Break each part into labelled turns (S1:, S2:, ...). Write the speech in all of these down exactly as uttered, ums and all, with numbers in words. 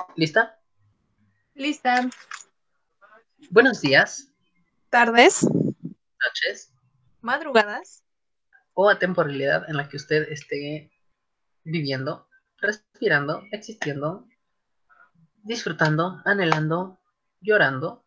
S1: ¿Lista?
S2: Lista.
S1: Buenos días,
S2: Tardes,
S1: noches
S2: madrugadas.
S1: o a temporalidad en la que usted esté viviendo, respirando, existiendo, disfrutando, anhelando, llorando.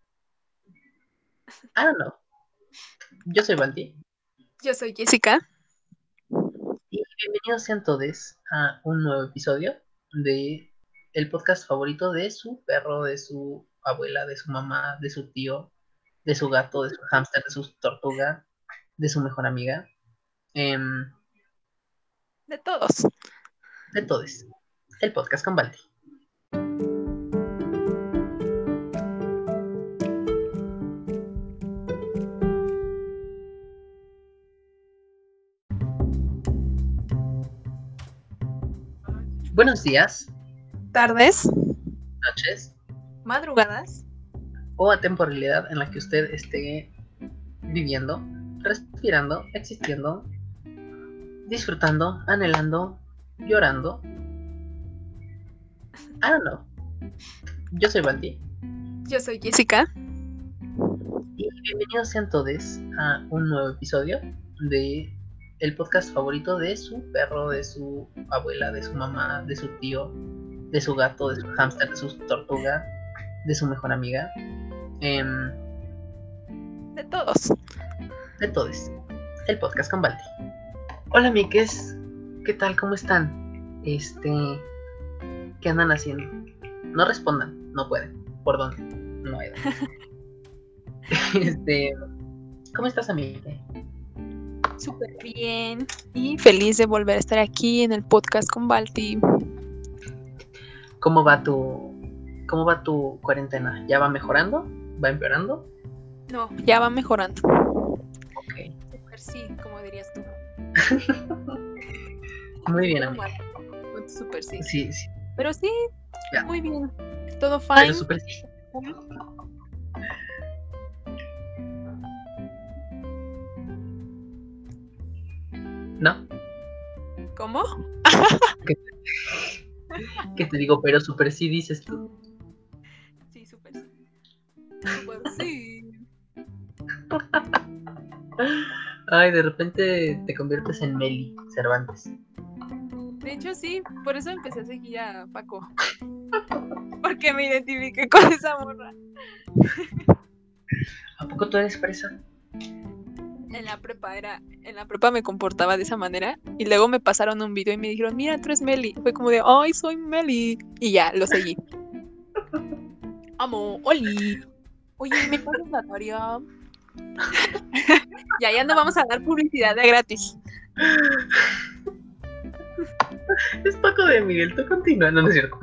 S1: I don't know. Yo soy Baldi
S2: Yo soy Jessica.
S1: y bienvenidos sean todos a un nuevo episodio de el podcast favorito de su perro, de su abuela, de su mamá, de su tío, de su gato, de su hámster, de su tortuga, de su mejor amiga, em,
S2: De todos.
S1: de todos. El podcast con Baldi. Buenos días,
S2: Tardes,
S1: noches
S2: madrugadas.
S1: o a temporalidad en la que usted esté viviendo, respirando, existiendo, disfrutando, anhelando, llorando. I don't know. Yo soy Baldi
S2: Yo soy Jessica.
S1: y bienvenidos sean todos a un nuevo episodio de el podcast favorito de su perro, de su abuela, de su mamá, de su tío, de su gato, de su hámster, de su tortuga, de su mejor amiga, em,
S2: De todos.
S1: de todos. El podcast con Baldi. Hola, miques, ¿qué tal? ¿Cómo están? Este, ¿qué andan haciendo? No respondan, no pueden. ¿Por dónde? No hay. Este, ¿cómo estás, amiga?
S2: Súper bien. Y feliz de volver a estar aquí en el podcast con Balti.
S1: ¿Cómo va tu, cómo va tu cuarentena? ¿Ya va mejorando? ¿Va empeorando?
S2: No, ya va mejorando.
S1: Ok.
S2: Súper sí, como dirías tú.
S1: Muy bien,
S2: No,
S1: amiga.
S2: mal. Súper sí.
S1: Sí, sí.
S2: Pero sí,
S1: Ya.
S2: muy bien. Todo
S1: Pero
S2: fine.
S1: súper sí. ¿No?
S2: ¿Cómo?
S1: ¿Qué te digo? Pero súper sí dices tú.
S2: Sí, súper sí. Súper sí.
S1: Ay, de repente te conviertes en Meli Cervantes.
S2: De hecho, sí, por eso empecé a seguir a Paco. Porque me identifiqué con esa morra.
S1: ¿A poco tú eres fresa?
S2: En la prepa era, en la prepa me comportaba de esa manera. Y luego me pasaron un video y me dijeron, mira, tú eres Meli. Fue como de, ay, soy Meli. Y ya, lo seguí. Amo, Oli. Oye, ¿me pasas la tarea? Ya, ya no vamos a dar publicidad de gratis.
S1: Es Paco de Miguel, tú continúa, no, no es cierto.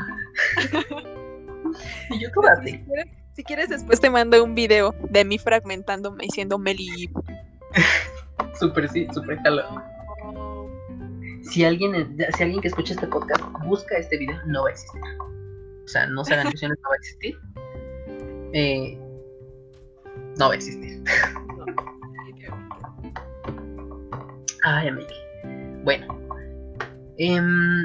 S1: Y yo tú
S2: Si
S1: date.
S2: quieres, si quieres, después te mando un video de mí fragmentándome diciendo Meli.
S1: Súper sí, súper jalo.
S2: No.
S1: Si alguien, si alguien que escucha este podcast busca este video, no va a existir. O sea, no se hagan ilusiones, no va a existir. Eh, no va a existir. Ay, amiga. Bueno. em,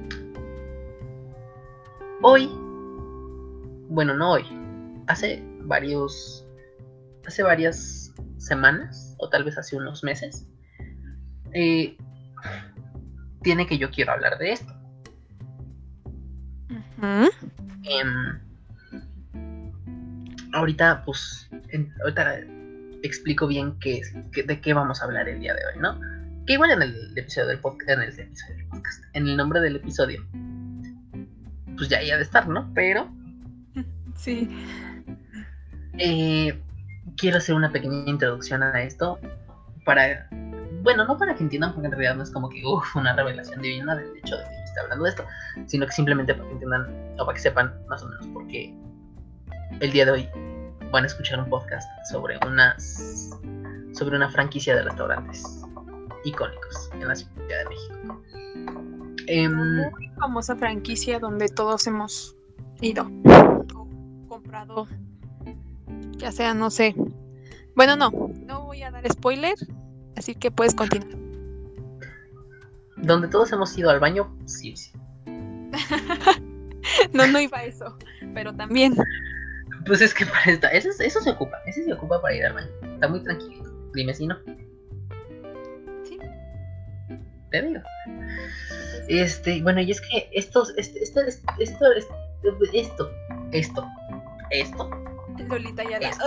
S1: hoy, bueno, no hoy, hace varios, hace varias semanas, o tal vez hace unos meses, eh, tiene que yo quiero hablar de esto.
S2: ¿Mm?
S1: Em, ahorita, pues, en- ahorita explico bien qué es, qué- de qué vamos a hablar el día de hoy, ¿no? Que igual en el episodio del podcast, en el episodio del podcast, en el nombre del episodio, pues ya ya de estar, ¿no? Pero
S2: Sí.
S1: eh, quiero hacer una pequeña introducción a esto para, bueno, no para que entiendan, porque en realidad no es como que uff, una revelación divina del hecho de que yo esté hablando de esto, sino que simplemente para que entiendan o para que sepan más o menos por qué el día de hoy van a escuchar un podcast sobre unas sobre una franquicia de restaurantes icónicos en la Ciudad de México. Eh,
S2: Muy famosa franquicia donde todos hemos ido o comprado, ya sea, no sé. Bueno, no, no voy a dar spoiler, así que puedes continuar.
S1: donde todos hemos ido al baño, sí, sí.
S2: No, no iba a eso, pero también.
S1: Pues es que para esta, eso, eso se ocupa, ese se ocupa para ir al baño. Está muy tranquilito. Dime si no.
S2: Sí.
S1: Te digo. Este, bueno, y es que estos, este, esto, esto, esto, esto, esto, esto.
S2: Lolita ya la.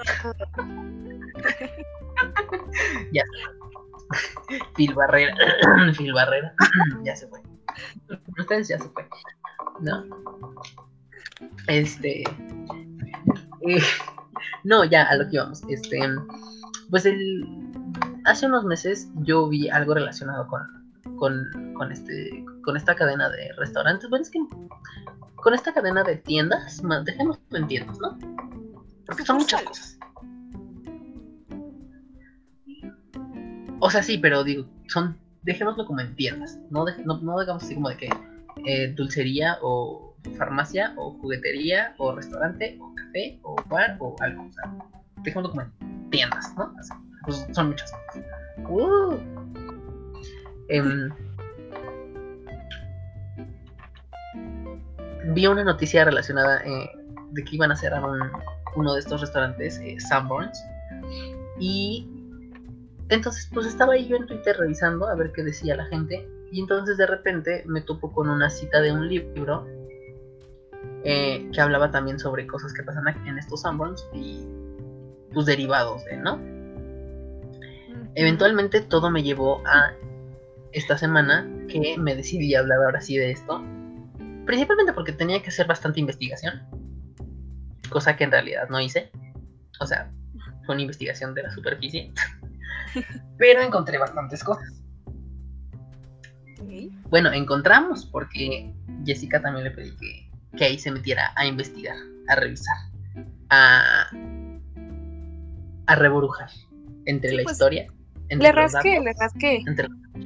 S1: Ya. Phil Barrera, Phil Barrera, ya se fue. Ustedes ya se fue, ¿no? Este, eh, no, ya a lo que íbamos. Este, pues el, hace unos meses yo vi algo relacionado con, con, con este, con esta cadena de restaurantes. Bueno, es que con esta cadena de tiendas, dejémoslo en tiendas, ¿no? Porque son muchas cosas. O sea, sí, pero digo, son, dejémoslo como en tiendas. No, de, no, no digamos así como de que eh, dulcería o farmacia o juguetería o restaurante o café o bar o algo. O sea, dejémoslo como en tiendas, ¿no? Así, pues son muchas cosas. Uh. Eh, vi una noticia relacionada eh, de que iban a cerrar un, uno de estos restaurantes, eh, Sanborns, y entonces pues estaba ahí yo en Twitter revisando a ver qué decía la gente, y entonces de repente me topo con una cita de un libro eh, que hablaba también sobre cosas que pasan aquí en estos Sanborns y pues derivados de, ¿no? Uh-huh. Eventualmente todo me llevó a esta semana que me decidí a hablar ahora sí de esto, principalmente porque tenía que hacer bastante investigación, cosa que en realidad no hice. O sea, fue una investigación de la superficie. Pero encontré bastantes cosas. ¿Sí? Bueno, encontramos porque Jessica también le pedí que, que ahí se metiera a investigar, a revisar, a, a reborujar entre sí, la pues, historia. Entre
S2: le rasqué, datos, le rasqué. Entre...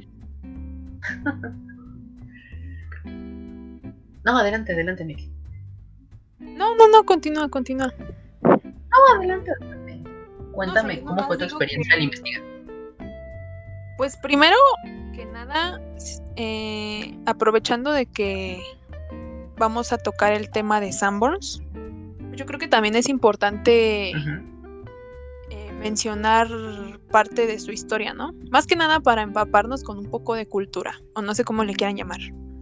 S1: No, adelante, adelante, Miki.
S2: No, no, no, continúa, continúa.
S1: No, adelante, adelante. Cuéntame, no, sí, ¿cómo no, fue tu experiencia que... al investigar?
S2: Pues primero que nada, eh, aprovechando de que vamos a tocar el tema de Sanborns, yo creo que también es importante uh-huh. eh, mencionar parte de su historia, ¿no? Más que nada para empaparnos con un poco de cultura, o no sé cómo le quieran llamar.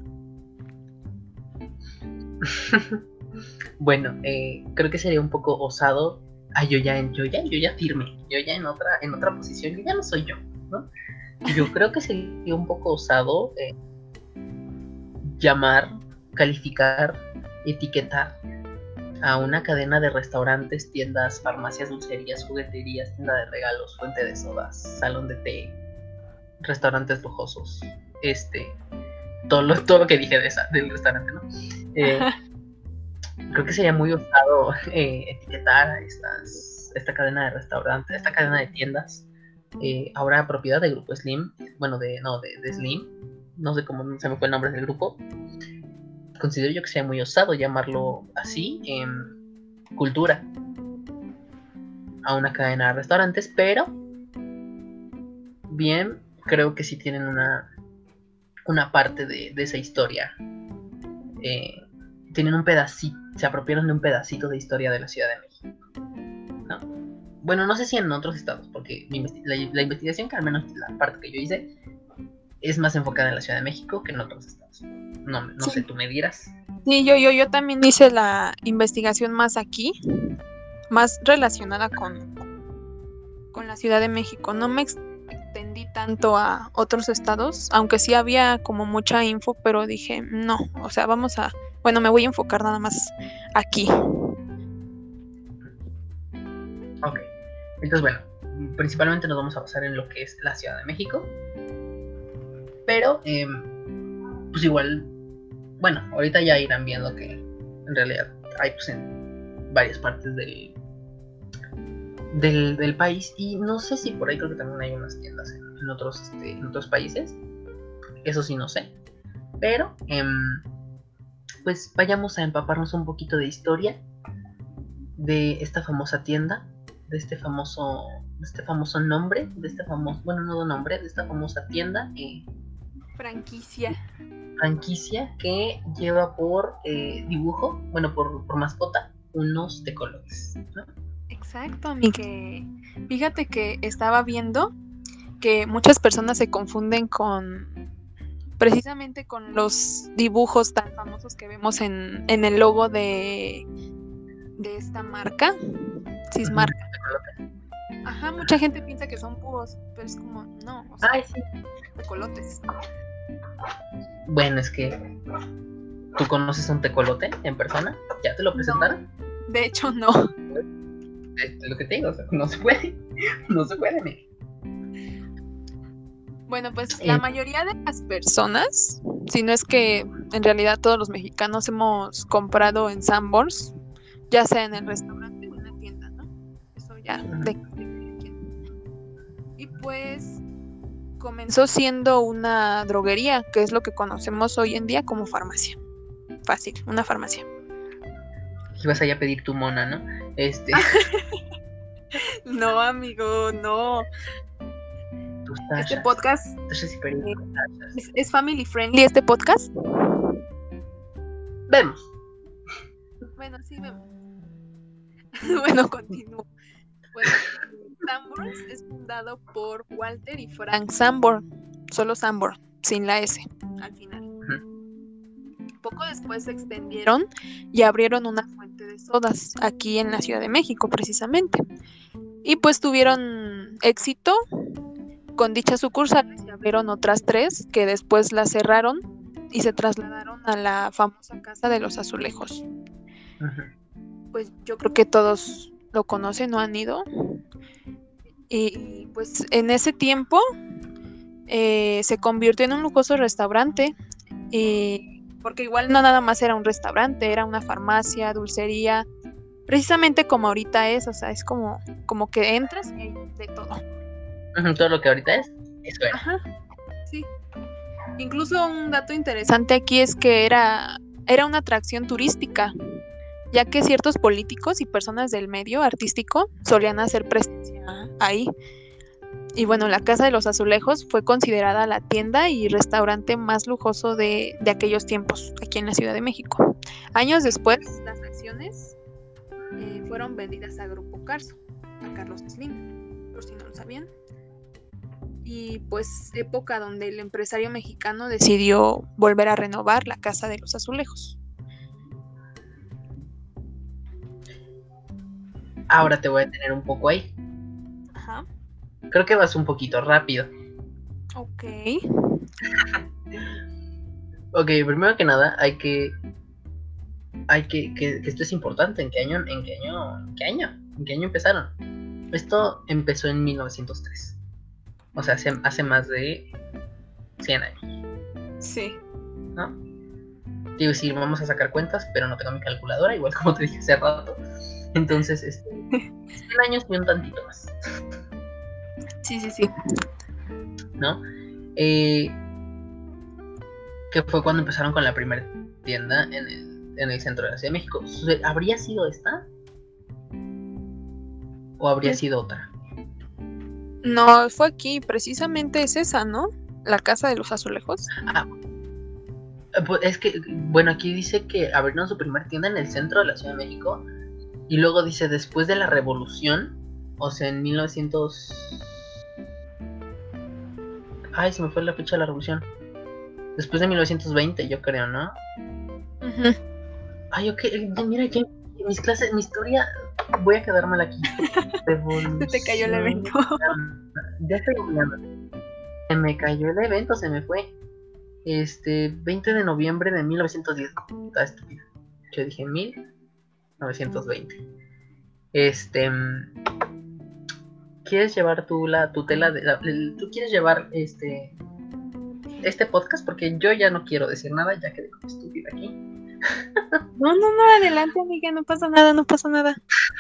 S1: Bueno, eh, creo que sería un poco osado. Ah, yo ya, yo ya, yo ya firme, yo ya en otra, en otra posición, yo ya no soy yo, ¿no? Yo creo que sería un poco osado eh, llamar, calificar, etiquetar a una cadena de restaurantes, tiendas, farmacias, dulcerías, jugueterías, tienda de regalos, fuente de sodas, salón de té, restaurantes lujosos, este, todo lo, todo lo que dije de esa, del restaurante, ¿no? Eh, creo que sería muy osado eh, etiquetar a estas, esta cadena de restaurantes, esta cadena de tiendas. Eh, ahora propiedad del grupo Slim, bueno, de no, de, de Slim, no sé cómo se me fue el nombre del grupo. Considero yo que sea muy osado llamarlo así, eh, cultura, a una cadena de restaurantes, pero bien, creo que sí tienen una, una parte de, de esa historia. Eh, tienen un pedacito, se apropiaron de un pedacito de historia de la Ciudad de México, ¿no? Bueno, no sé si en otros estados, porque la, la investigación, que al menos la parte que yo hice, es más enfocada en la Ciudad de México que en otros estados. No, no sí. sé, tú me dirás.
S2: Sí, yo, yo, yo también hice la investigación más aquí, más relacionada con, con la Ciudad de México. No me extendí tanto a otros estados, aunque sí había como mucha info, pero dije, no, o sea, vamos a, bueno, me voy a enfocar nada más aquí.
S1: Ok. Entonces, bueno, principalmente nos vamos a basar en lo que es la Ciudad de México. Pero, eh, pues igual, bueno, ahorita ya irán viendo que en realidad hay pues en varias partes del, del, del país. Y no sé si por ahí creo que también hay unas tiendas en, en, otros, este, en otros países. Eso sí no sé. Pero, eh, pues vayamos a empaparnos un poquito de historia de esta famosa tienda. De este famoso, de este famoso nombre, de este famoso, bueno, no de nombre, de esta famosa tienda. Eh,
S2: franquicia.
S1: franquicia que lleva por eh, dibujo, bueno, por, por mascota, unos tecolotes, ¿no?
S2: Exacto, Miguel. Fíjate que estaba viendo que muchas personas se confunden con precisamente con los dibujos tan famosos que vemos en, en el logo de, de esta marca, Cismarca. Ajá, mucha gente piensa que son búhos, pero es como, no, o sea,
S1: Ay, sí.
S2: tecolotes.
S1: Bueno, es que ¿tú conoces un tecolote en persona? ¿Ya te lo presentaron?
S2: No, de hecho, no.
S1: Es lo que te digo, o sea, no se puede, no se puede, Miguel.
S2: Bueno, pues
S1: Eh.
S2: la mayoría de las personas, si no es que en realidad todos los mexicanos hemos comprado en Sanborns, ya sea en el restaurante o en la tienda, ¿no? Eso ya de cada quien. Y pues comenzó siendo una droguería, que es lo que conocemos hoy en día como farmacia. Fácil, una farmacia.
S1: Ibas allá a pedir tu mona, ¿no? Este.
S2: No, amigo, no.
S1: Tus tachas,
S2: este podcast
S1: tachas y periódicos, tachas.
S2: ¿es, ¿es family friendly este podcast?
S1: Vemos.
S2: Bueno, sí vemos. Bueno, continúo. Bueno, Sanborns es fundado por Walter y Frank Sanborn, solo Sanborn, sin la S al final. Uh-huh. Poco después se extendieron y abrieron una fuente de sodas aquí en la Ciudad de México, precisamente. Y pues tuvieron éxito con dichas sucursales y abrieron otras tres que después las cerraron y se trasladaron a la famosa Casa de los Azulejos. Uh-huh. Pues yo creo que todos lo conocen, ¿no han ido? Y pues en ese tiempo eh, se convirtió en un lujoso restaurante, y porque igual no nada más era un restaurante, era una farmacia, dulcería, precisamente como ahorita es, o sea, es como, como que entras y hay de todo.
S1: Todo lo que ahorita es, eso era.
S2: Ajá, sí. Incluso un dato interesante aquí es que era, era una atracción turística, ya que ciertos políticos y personas del medio artístico solían hacer presencia ahí. Y bueno, la Casa de los Azulejos fue considerada la tienda y restaurante más lujoso de, de aquellos tiempos, aquí en la Ciudad de México. Años después, las acciones eh, fueron vendidas a Grupo Carso, a Carlos Slim, por si no lo sabían. Y pues época donde el empresario mexicano decidió volver a renovar la Casa de los Azulejos.
S1: Ahora te voy a detener un poco ahí.
S2: Ajá.
S1: Creo que vas un poquito rápido.
S2: Ok.
S1: Ok, primero que nada hay que hay que, que, que esto es importante. ¿En qué año, en qué año, en qué año, en qué año empezaron? Esto empezó en mil novecientos tres. O sea, hace, hace más de cien años.
S2: Sí.
S1: ¿No? Digo, sí, vamos a sacar cuentas, pero no tengo mi calculadora, igual como te dije hace rato. Entonces, este, cien años y un tantito más.
S2: Sí, sí, sí.
S1: ¿No? Eh, que fue cuando empezaron con la primera tienda en el, en el centro de la Ciudad de México. ¿Habría sido esta? ¿O habría
S2: ¿Qué?
S1: sido otra?
S2: No, fue aquí, precisamente es esa, ¿no? La Casa de los Azulejos.
S1: Ah, pues es que, bueno, aquí dice que abrieron su primera tienda en el centro de la Ciudad de México. Y luego dice, después de la Revolución, o sea, en mil novecientos... Ay, se me fue la fecha de la Revolución. Después de mil novecientos veinte, yo creo, ¿no?
S2: Uh-huh.
S1: Ay, ok, mira que en mis clases, en mi historia, voy a quedármela aquí. Revolución...
S2: Se te cayó el evento.
S1: Ya estoy olvidando. Se me cayó el evento, se me fue. Este, veinte de noviembre de mil novecientos diez. Está estúpido. Yo dije mil novecientos veinte. Este... ¿Quieres llevar tú la tutela de la, el, tú quieres llevar este este podcast? Porque yo ya no quiero decir nada, ya quedé como estúpida aquí.
S2: No, no, no, adelante, amiga, no pasa nada, no pasa nada.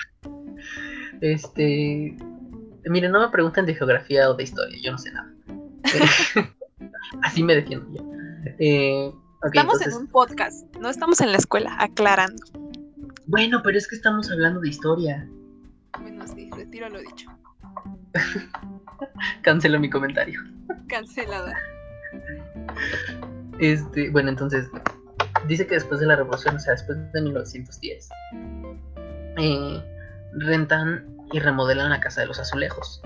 S1: Este, miren, no me pregunten de geografía o de historia, yo no sé nada. Así me defiendo yo. Eh, okay,
S2: estamos
S1: entonces,
S2: en un podcast, no estamos en la escuela, aclarando.
S1: Bueno, pero es que estamos hablando de historia.
S2: Bueno, sí, retiro lo dicho.
S1: Cancelo mi comentario.
S2: Cancelada.
S1: Este, bueno, entonces, dice que después de la revolución, o sea, después de mil novecientos diez, eh, rentan y remodelan la Casa de los Azulejos,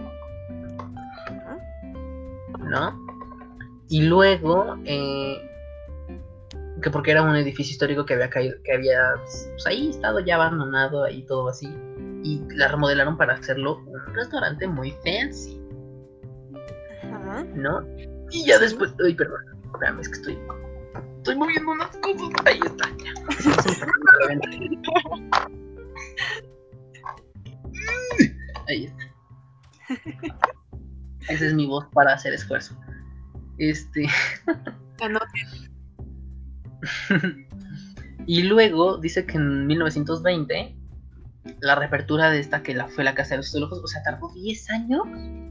S1: ¿no? Y luego, eh, que porque era un edificio histórico que había caído, que había, pues ahí estado ya abandonado, ahí todo así, y la remodelaron para hacerlo un restaurante muy fancy,
S2: Ajá.
S1: ¿no? Y ya
S2: Sí.
S1: después, ay, perdón, espérame, es que estoy, estoy moviendo unas cosas, ahí está, ya. Se me está poniendo la venta. Ahí está. Esa es mi voz para hacer esfuerzo. Este.
S2: Anoten.
S1: Y luego dice que en mil novecientos veinte la reapertura de esta que la fue la Casa de los Azulejos, o sea, tardó diez años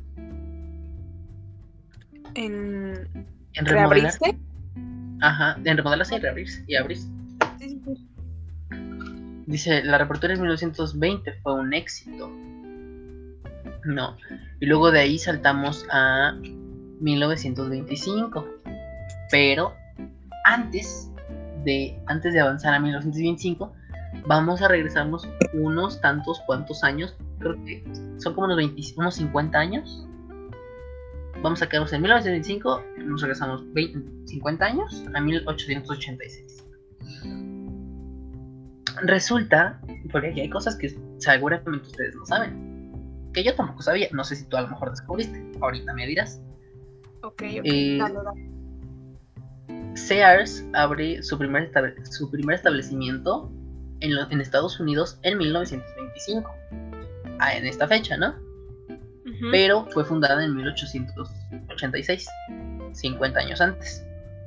S2: En
S1: en remodelar.
S2: reabrirse.
S1: Ajá, en remodelarse y reabrirse y abrirse.
S2: Sí, sí, sí.
S1: Dice, la reapertura en mil novecientos veinte fue un éxito. No. Y luego de ahí saltamos a mil novecientos veinticinco. Pero antes de, antes de avanzar a mil novecientos veinticinco, vamos a regresarnos unos tantos cuantos años. Creo que son como unos, veinte, unos cincuenta años. Vamos a quedarnos en mil novecientos veinticinco. Nos regresamos veinte, cincuenta años a mil ochocientos ochenta y seis. Resulta, porque aquí hay cosas que seguramente ustedes no saben, que yo tampoco sabía. No sé si tú a lo mejor descubriste. Ahorita me dirás.
S2: Ok, ok.
S1: Eh,
S2: Dale, dale.
S1: Sears abre su primer, estable- su primer establecimiento en, lo- en Estados Unidos en mil novecientos veinticinco. Ah, en esta fecha, ¿no?
S2: Ujú.
S1: Pero fue fundada en mil ochocientos ochenta y seis, cincuenta años antes.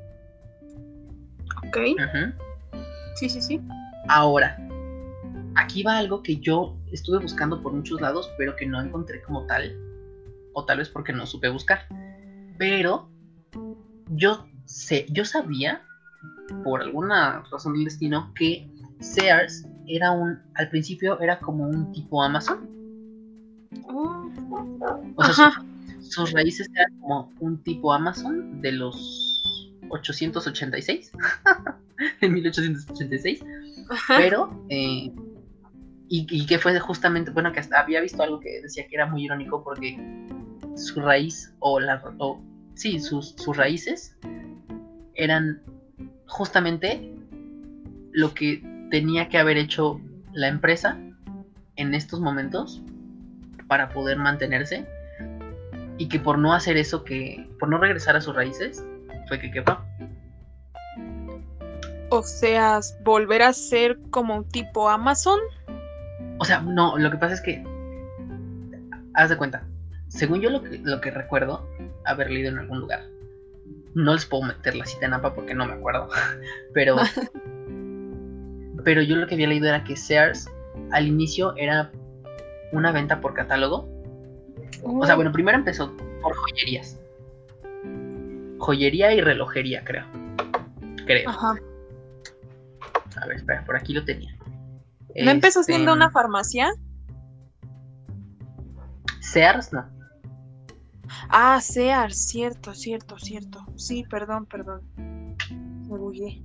S2: Ok.
S1: Ujú.
S2: Sí, sí, sí.
S1: Ahora, aquí va algo que yo estuve buscando por muchos lados, pero que no encontré como tal, o tal vez porque no supe buscar. Pero yo sé, yo sabía, por alguna razón del destino, que Sears era un, al principio era como un tipo Amazon.
S2: Oh,
S1: O sea,
S2: ajá.
S1: su- sus raíces eran como un tipo Amazon de los ochocientos ochenta y seis, en mil ochocientos ochenta y seis.
S2: Ajá.
S1: Pero, eh, y, y que fue justamente, bueno, que hasta había visto algo que decía que era muy irónico porque su raíz, o la, o, sí, sus, sus raíces eran justamente lo que tenía que haber hecho la empresa en estos momentos para poder mantenerse, y que por no hacer eso, que por no regresar a sus raíces, fue que quebró.
S2: O sea, volver a ser como un tipo Amazon.
S1: O sea, no, lo que pasa es que, haz de cuenta, según yo lo que, lo que recuerdo haber leído en algún lugar, no les puedo meter la cita en A P A porque no me acuerdo, pero pero yo lo que había leído era que Sears al inicio era una venta por catálogo. O sea, bueno, primero empezó por joyerías, joyería y relojería, creo, creo.
S2: Ajá.
S1: A ver, espera, por aquí lo tenía.
S2: ¿No empezó
S1: Este,
S2: siendo una farmacia?
S1: Sears, no.
S2: Ah, Sears, cierto, cierto, cierto. Sí, perdón, perdón. Me bugué.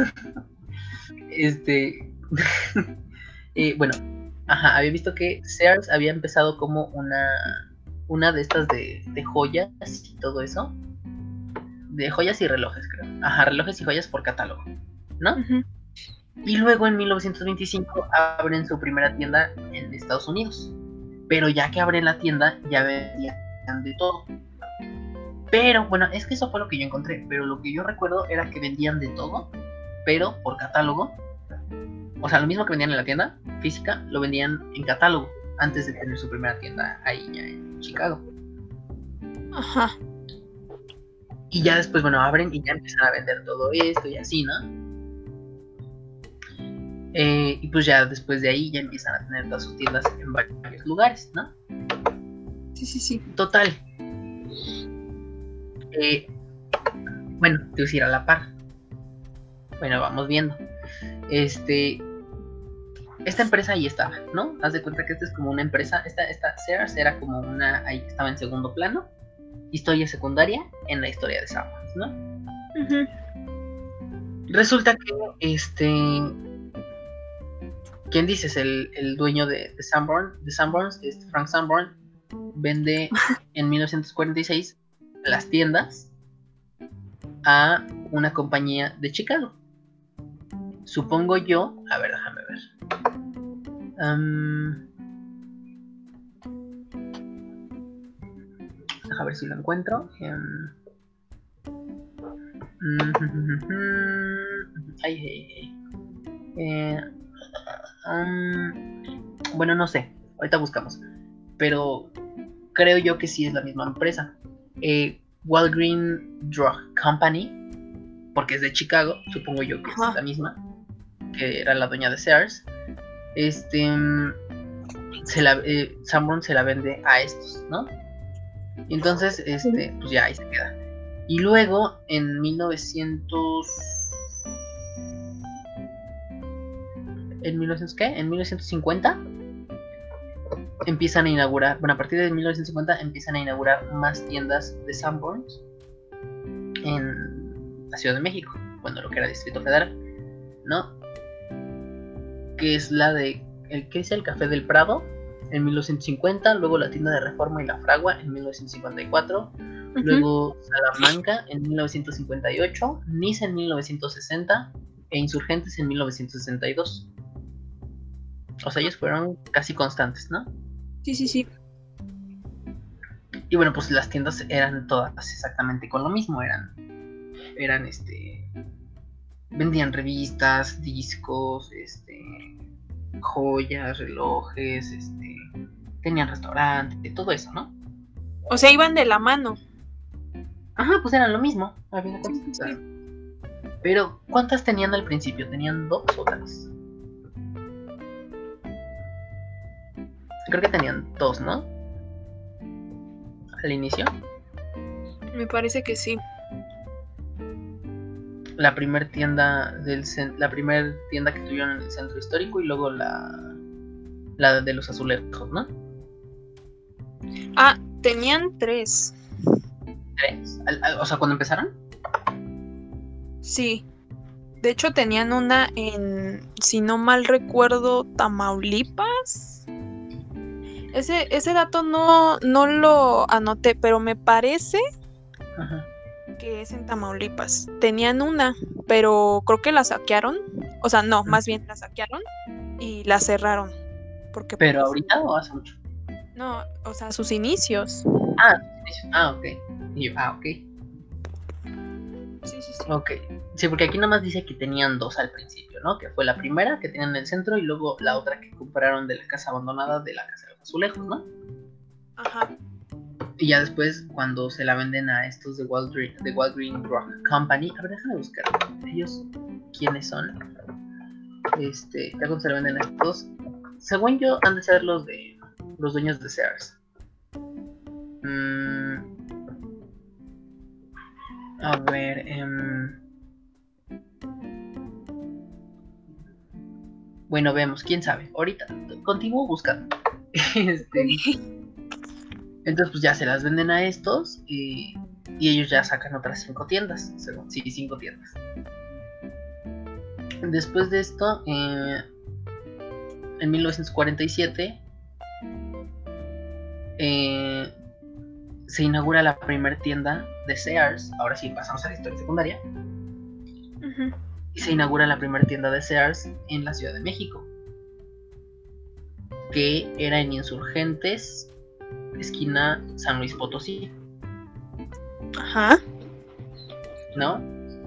S1: Este, eh, bueno, ajá, había visto que Sears había empezado como una, una de estas de, de joyas y todo eso, de joyas y relojes, creo. Ajá, relojes y joyas por catálogo, ¿no?
S2: Ujú.
S1: Y luego en mil novecientos veinticinco abren su primera tienda en Estados Unidos. Pero ya que abren la tienda, ya vendían de todo. Pero, bueno, es que eso fue lo que yo encontré. Pero lo que yo recuerdo era que vendían de todo, pero por catálogo. O sea, lo mismo que vendían en la tienda física, lo vendían en catálogo, antes de tener su primera tienda ahí ya en Chicago.
S2: Ajá.
S1: Y ya después, bueno, abren y ya empiezan a vender todo esto y así, ¿no? Eh, y pues ya después de ahí ya empiezan a tener todas sus tiendas en varios lugares, ¿no?
S2: Sí, sí, sí.
S1: Total. Eh, bueno, te voy a decir a la par. Bueno, vamos viendo. Este, esta empresa ahí estaba, ¿no? Haz de cuenta que esta es como una empresa. Esta, esta Sears era como una, ahí que estaba en segundo plano. Historia secundaria en la historia de Samuels, ¿no?
S2: Ujú.
S1: Resulta que este, ¿quién dices? El, el dueño de, de Sanborn, de Sanborns, este Frank Sanborn, vende en mil novecientos cuarenta y seis las tiendas a una compañía de Chicago. Supongo yo, a ver, déjame ver. Um, déjame ver si lo encuentro. Um, ay, ay, ay. Eh, um, bueno, no sé. Ahorita buscamos. Pero creo yo que sí es la misma empresa. Eh, Walgreens Drug Company, porque es de Chicago, supongo yo que
S2: Ajá.
S1: es la misma, que era la dueña de Sears. Este, se la, eh, Sanborn se la vende a estos, ¿no? Y entonces, este, pues ya ahí se queda. Y luego, en mil novecientos... ¿En mil novecientos qué? En mil novecientos cincuenta empiezan a inaugurar, bueno, a partir de mil novecientos cincuenta empiezan a inaugurar más tiendas de Sanborns en la Ciudad de México, bueno, lo que era Distrito Federal, ¿no? Que es la de, el que es el Café del Prado en mil novecientos cincuenta, luego la tienda de Reforma y La Fragua en mil novecientos cincuenta y cuatro, uh-huh. Luego Salamanca en mil novecientos cincuenta y ocho, Niza en mil novecientos sesenta e Insurgentes en mil novecientos sesenta y dos. O sea, ellos fueron casi constantes, ¿no?
S2: Sí, sí, sí.
S1: Y bueno, pues las tiendas eran todas exactamente con lo mismo, eran, eran, este, vendían revistas, discos, este, joyas, relojes, este, tenían restaurante, todo eso, ¿no?
S2: O sea, iban de la mano.
S1: Ajá, pues eran lo mismo, a fin de cuentas. Sí, sí. Pero, ¿cuántas tenían al principio? ¿Tenían dos o tres? Creo que tenían dos, ¿no? Al inicio.
S2: Me parece que sí.
S1: La primer tienda del la primer tienda que tuvieron en el centro histórico y luego la la de los azulejos, ¿no?
S2: Ah, tenían tres.
S1: ¿Tres? ¿Al, al, o sea, cuando empezaron?
S2: Sí. De hecho, tenían una en, si no mal recuerdo, Tamaulipas. Ese, ese dato no, no lo anoté, pero me parece
S1: Ajá.
S2: que es en Tamaulipas. Tenían una, pero creo que la saquearon. O sea, no, más bien la saquearon y la cerraron. Porque
S1: ¿Pero
S2: pues,
S1: ahorita o hace mucho?
S2: No, o sea, sus inicios.
S1: Ah, ah, ok. Y yo, ah, ok.
S2: Sí, sí, sí.
S1: Ok. Sí, porque aquí nada más dice que tenían dos al principio, ¿no? Que fue la primera que tenían en el centro y luego la otra que compraron de la casa abandonada de la casa de los azulejos, ¿no?
S2: Ajá.
S1: Y ya después, cuando se la venden a estos de Walgreens, de Walgreens Drug Company, a ver, déjame buscar ellos quiénes son. Este, ya cuando se la venden a estos, según yo, han de ser los de los dueños de Sears. Mm, a ver, um, bueno, vemos, quién sabe. Ahorita continúo buscando. este, entonces, pues ya se las venden a estos y, y ellos ya sacan otras cinco tiendas, según, sí, cinco tiendas. Después de esto, eh, en mil novecientos cuarenta y siete eh, se inaugura la primera tienda de Sears. Ahora sí pasamos a la historia secundaria. Uh-huh. Y se inaugura la primera tienda de Sears en la Ciudad de México, que era en Insurgentes, esquina San Luis Potosí.
S2: Ajá.
S1: ¿No?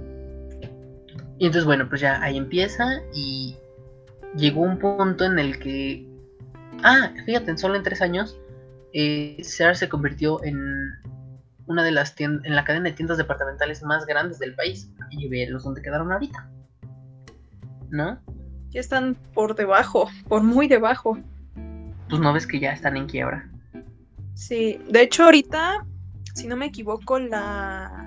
S1: Y entonces, bueno, pues ya ahí empieza y llegó un punto en el que, ah, fíjate, solo en tres años, eh, Sears se convirtió en una de las tiendas, en la cadena de tiendas departamentales más grandes del país. Y ve los donde quedaron ahorita, ¿no?
S2: Ya están por debajo, por muy debajo.
S1: Pues no ves que ya están en quiebra.
S2: Sí, de hecho ahorita, si no me equivoco, la...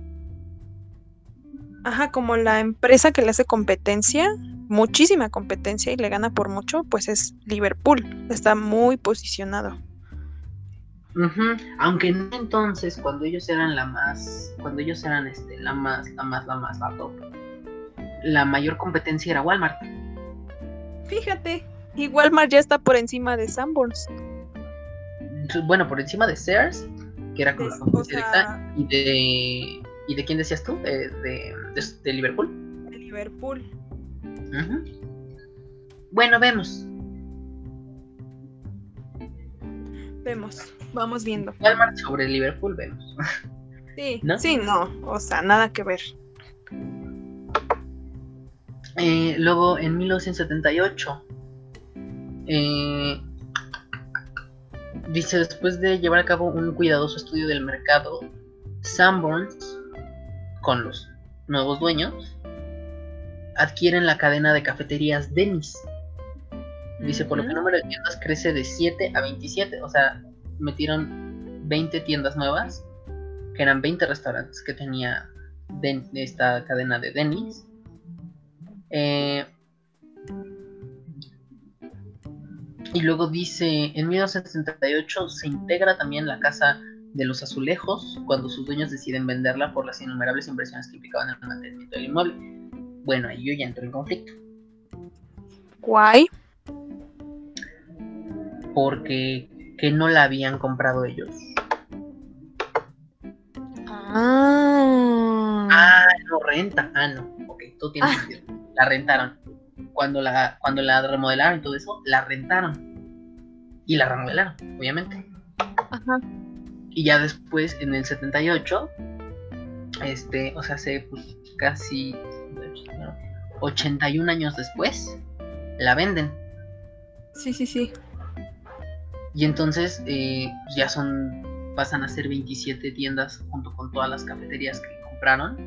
S2: Ajá, como la empresa que le hace competencia, muchísima competencia y le gana por mucho, pues es Liverpool. Está muy posicionado.
S1: Uh-huh. Aunque no entonces, cuando ellos eran la más, cuando ellos eran este, la más, la más, la más, la top, la mayor competencia era Walmart.
S2: Fíjate, y Walmart ya está por encima de Sanborns.
S1: Bueno, por encima de Sears, que era como
S2: Des-
S1: la competencia
S2: o sea-
S1: directa, y de... ¿Y de quién decías tú? ¿De, de, de, de Liverpool?
S2: De Liverpool.
S1: Uh-huh. Bueno, vemos.
S2: Vemos, vamos viendo.
S1: Walmart sobre Liverpool, vemos.
S2: Sí,
S1: ¿No?
S2: sí, no, o sea, nada que ver.
S1: Eh, luego, en mil novecientos setenta y ocho, eh, dice, después de llevar a cabo un cuidadoso estudio del mercado, Sanborns, con los nuevos dueños, adquieren la cadena de cafeterías Denny's. Dice, por lo que el número de tiendas crece de siete a veintisiete. O sea, metieron veinte tiendas nuevas, que eran veinte restaurantes que tenía Den- esta cadena de Denny's. Eh, y luego dice, en mil novecientos setenta y ocho se integra también la Casa de los Azulejos, cuando sus dueños deciden venderla por las innumerables inversiones que implicaban el mantenimiento del inmueble. Bueno, ahí yo ya entro en conflicto.
S2: Guay.
S1: Porque que no la habían comprado ellos.
S2: Ah.
S1: Ah, no, renta. Ah, no. Ok, todo tiene
S2: Ah.
S1: sentido. La rentaron. Cuando la, cuando la remodelaron y todo eso, la rentaron. Y la remodelaron, obviamente.
S2: Ajá.
S1: Y ya después, en el setenta y ocho, este, o sea, hace pues, casi ochenta y un años después, la venden.
S2: Sí, sí, sí.
S1: Y entonces eh, ya son, pasan a ser veintisiete tiendas junto con todas las cafeterías que compraron.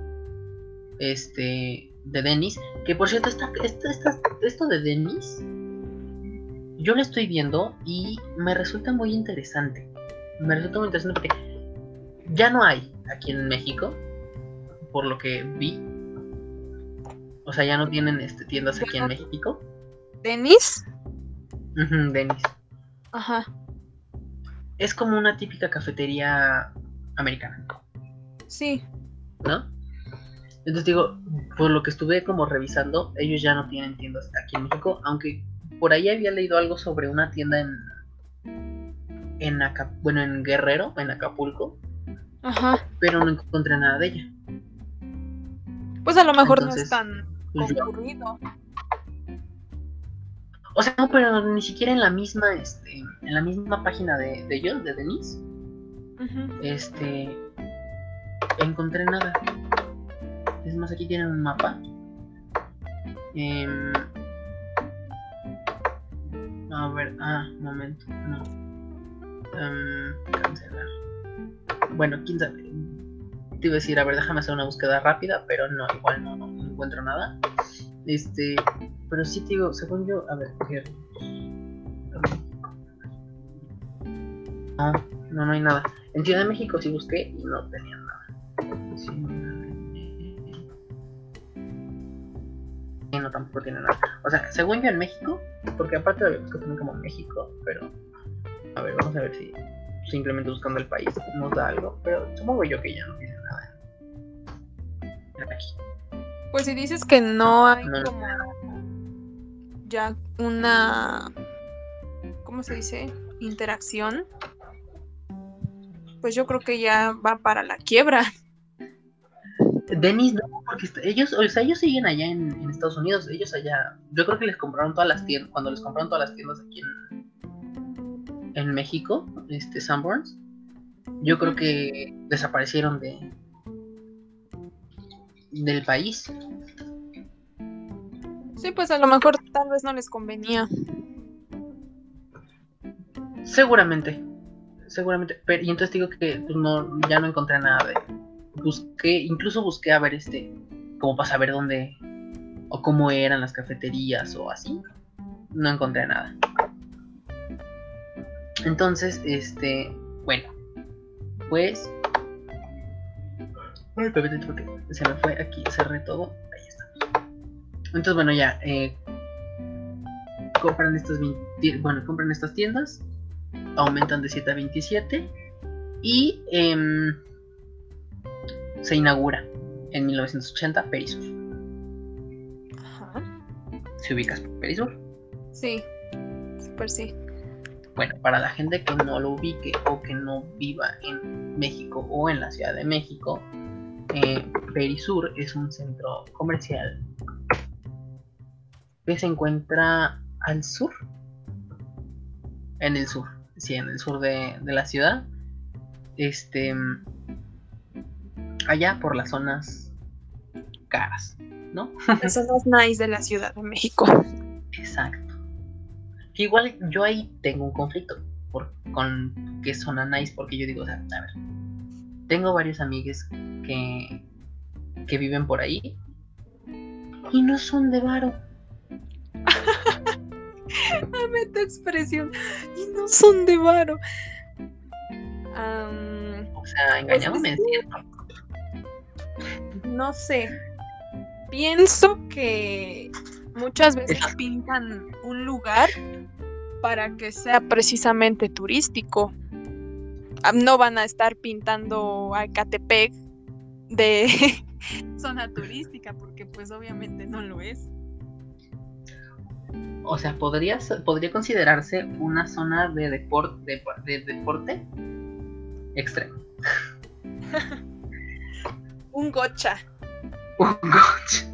S1: Este, de Denny's. Que por cierto, esta, esta, esta, esto de Denny's, yo lo estoy viendo y me resulta muy interesante. Me resulta muy interesante porque ya no hay aquí en México, por lo que vi. O sea, ya no tienen este, tiendas aquí en México.
S2: ¿Denis?
S1: Uh-huh, Denny's.
S2: Ajá.
S1: Es como una típica cafetería americana,
S2: Sí.
S1: ¿no? Entonces digo, por lo que estuve como revisando, ellos ya no tienen tiendas aquí en México, aunque por ahí había leído algo sobre una tienda en en Acap bueno, en Guerrero, en Acapulco,
S2: Ajá.
S1: pero no encontré nada de ella.
S2: Pues a lo mejor
S1: Entonces,
S2: no es tan
S1: pues yo-
S2: concurrido.
S1: O sea, no, pero ni siquiera en la misma, este, en la misma página de, de ellos, de Denny's,
S2: Ujú.
S1: este, encontré nada. Es más, aquí tienen un mapa. Em, a ver, ah, un momento, no. Em, cancelar. Bueno, quién sabe. Te iba a decir, a ver, déjame hacer una búsqueda rápida, pero no, igual no, no encuentro nada. Este, pero sí te digo, según yo, a ver, ¿qué? No, no, no hay nada. En Ciudad de México sí busqué y no tenía nada. Sí, no, tampoco tiene nada. O sea, según yo en México, porque aparte lo busco también como México, pero a ver, vamos a ver si simplemente buscando el país nos da algo, pero supongo yo que ya no tiene nada. Aquí.
S2: Pues si dices que no hay
S1: No.
S2: como ya una, ¿cómo se dice? Interacción, pues yo creo que ya va para la quiebra.
S1: Denny's no, porque est- ellos, o sea, ellos siguen allá en, en Estados Unidos, ellos allá, yo creo que les compraron todas las tiendas, cuando les compraron todas las tiendas aquí en, en México, este Sanborns, yo creo que desaparecieron de del país.
S2: Sí, pues a lo mejor tal vez no les convenía.
S1: Seguramente, seguramente, pero y entonces digo que pues, no, ya no encontré nada de, busqué, incluso busqué a ver este, como para saber dónde o cómo eran las cafeterías o así, no encontré nada. Entonces, este, bueno, pues, ay, espérate, porque se me fue aquí, cerré todo, ahí está. Entonces, bueno, ya, eh, compran estas, veinte bueno, compran estas tiendas, aumentan de siete a veintisiete y eh, se inaugura en mil novecientos ochenta Perisur. ¿Se ubicas Perisur?
S2: Sí, súper sí.
S1: Bueno, para la gente que no lo ubique o que no viva en México o en la Ciudad de México, eh, Perisur es un centro comercial que se encuentra al sur, en el sur, sí, en el sur de, de la ciudad, este, allá por las zonas caras, ¿no?
S2: Las zonas nice de la Ciudad de México.
S1: Exacto. Que igual yo ahí tengo un conflicto por, con qué zona nice, porque yo digo, o sea, a ver, tengo varios amigos que, que viven por ahí y no son de varo.
S2: Dame tu expresión. Y no son de varo. Um,
S1: o sea, engañado me siento.
S2: No sé. Pienso que muchas veces
S1: Esa.
S2: pintan un lugar para que sea precisamente turístico. No van a estar pintando a Ecatepec de zona turística, porque pues obviamente no lo es.
S1: O sea, podría, podría considerarse una zona de, deport, de, de deporte extremo.
S2: Un gocha.
S1: Un gocha.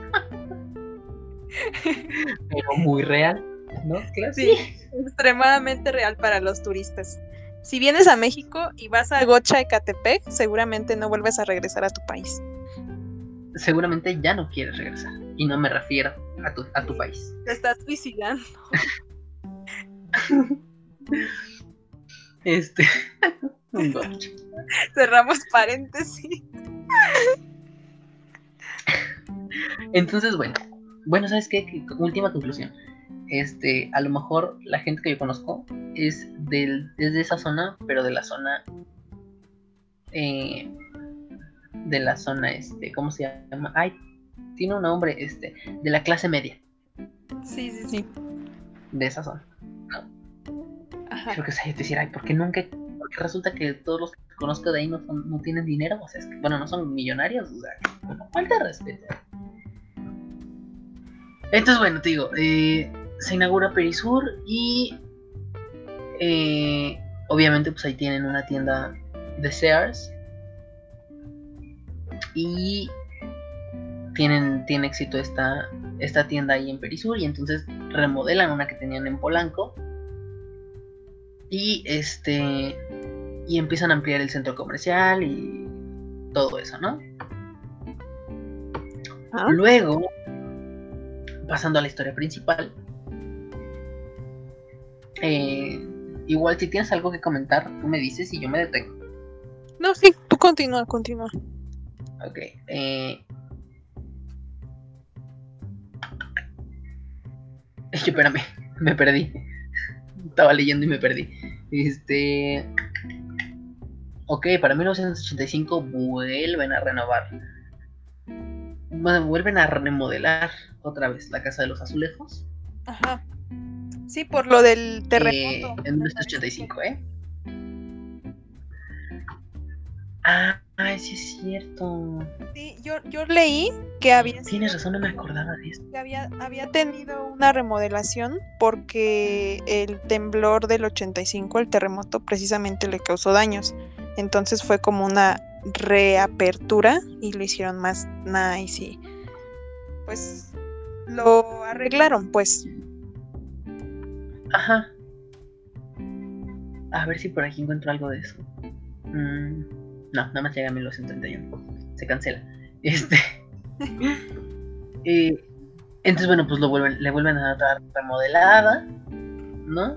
S1: Pero muy real, ¿no? Claro.
S2: Sí, extremadamente real para los turistas. Si vienes a México y vas a Gocha Ecatepec, seguramente no vuelves a regresar a tu país.
S1: Seguramente ya no quieres regresar. Y no me refiero a tu, a tu país.
S2: Te estás suicidando.
S1: Este. Un gocha.
S2: Cerramos paréntesis.
S1: Entonces, bueno. Bueno, ¿sabes qué? Última conclusión. Este, a lo mejor la gente que yo conozco es, del, es de esa zona, pero de la zona eh, de la zona, este, ¿cómo se llama? Ay, tiene un nombre, este, de la clase media.
S2: Sí, sí, sí.
S1: De esa zona, ¿no?
S2: Ajá.
S1: Creo que o sea, yo te decir, ay, ¿por qué nunca? Porque resulta que todos los que conozco de ahí no, son, no tienen dinero, o sea, es que, bueno, no son millonarios, o sea, falta de respeto. Entonces, bueno, te digo, eh, se inaugura Perisur y eh, obviamente pues ahí tienen una tienda de Sears y tienen, tiene éxito esta, esta tienda ahí en Perisur y entonces remodelan una que tenían en Polanco y este y empiezan a ampliar el centro comercial y todo eso, ¿no? ¿Ah? Luego, pasando a la historia principal, eh, igual si tienes algo que comentar, tú me dices y yo me detengo.
S2: No, sí, tú continúa, continúa.
S1: Ok. Eh... Espérame, me perdí. Estaba leyendo y me perdí. Este... Ok, para mil novecientos ochenta y cinco vuelven a renovar. Bueno, vuelven a remodelar otra vez la Casa de los Azulejos.
S2: Ajá. Sí, por lo del terremoto.
S1: Eh, en mil novecientos ochenta y cinco, ¿eh? Ah, ay, sí es cierto.
S2: Sí, yo, yo leí que había...
S1: Tienes razón, no me acordaba de esto.
S2: Que había, había tenido una remodelación porque el temblor del ochenta y cinco, el terremoto, precisamente le causó daños. Entonces fue como una reapertura y lo hicieron más nice y pues lo arreglaron, pues.
S1: Ajá. A ver si por aquí encuentro algo de eso. Mm, no, nada más llega a mil novecientos treinta y uno. Se cancela. Este. eh, entonces, bueno, pues lo vuelven, le vuelven a dar remodelada, ¿no?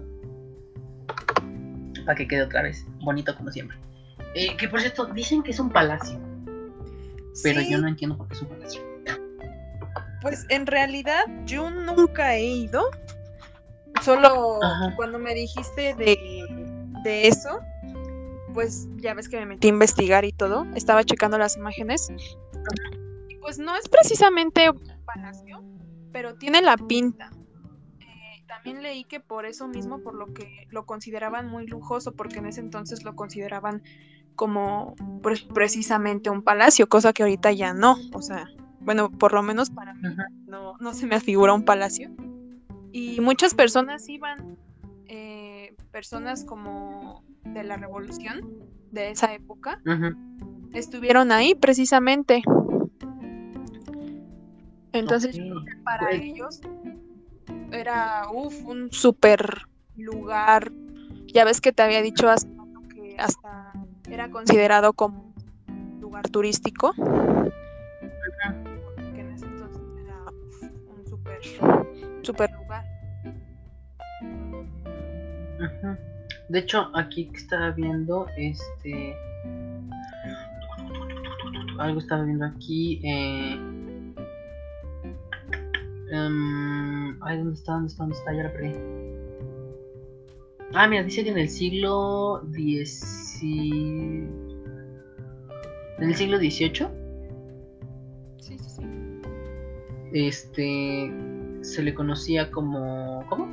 S1: Para que quede otra vez bonito como siempre. Eh, que por cierto, dicen que es un palacio. Pero sí, yo no entiendo por qué es un palacio.
S2: Pues en realidad yo nunca he ido. Solo Ajá. Cuando me dijiste de, de eso, pues ya ves que me metí a investigar y todo. Estaba checando las imágenes. Y pues no es precisamente un palacio, pero tiene la pinta. Eh, también leí que por eso mismo, por lo que lo consideraban muy lujoso, porque en ese entonces lo consideraban como pues, precisamente un palacio, cosa que ahorita ya no. O sea, bueno, por lo menos para mí no, no se me afigura un palacio. y muchas personas iban, eh, personas como de la revolución de esa época,
S1: Ujú.
S2: estuvieron ahí precisamente. Entonces
S1: Ok.
S2: yo creo que para
S1: Pues,
S2: ellos era uf, un súper lugar. Ya ves que te había dicho hace rato que hasta era considerado como un lugar turístico, porque en ese entonces era uf, un súper súper lugar.
S1: ujú. De hecho, aquí que estaba viendo, este, algo estaba viendo aquí. Eh, em, ay, ¿dónde está? ¿Dónde está? ¿Dónde está? Ya la perdí. Ah, mira, dice que en el siglo diez, en el siglo dieciocho,
S2: Sí, sí, sí.
S1: este, se le conocía como, ¿cómo?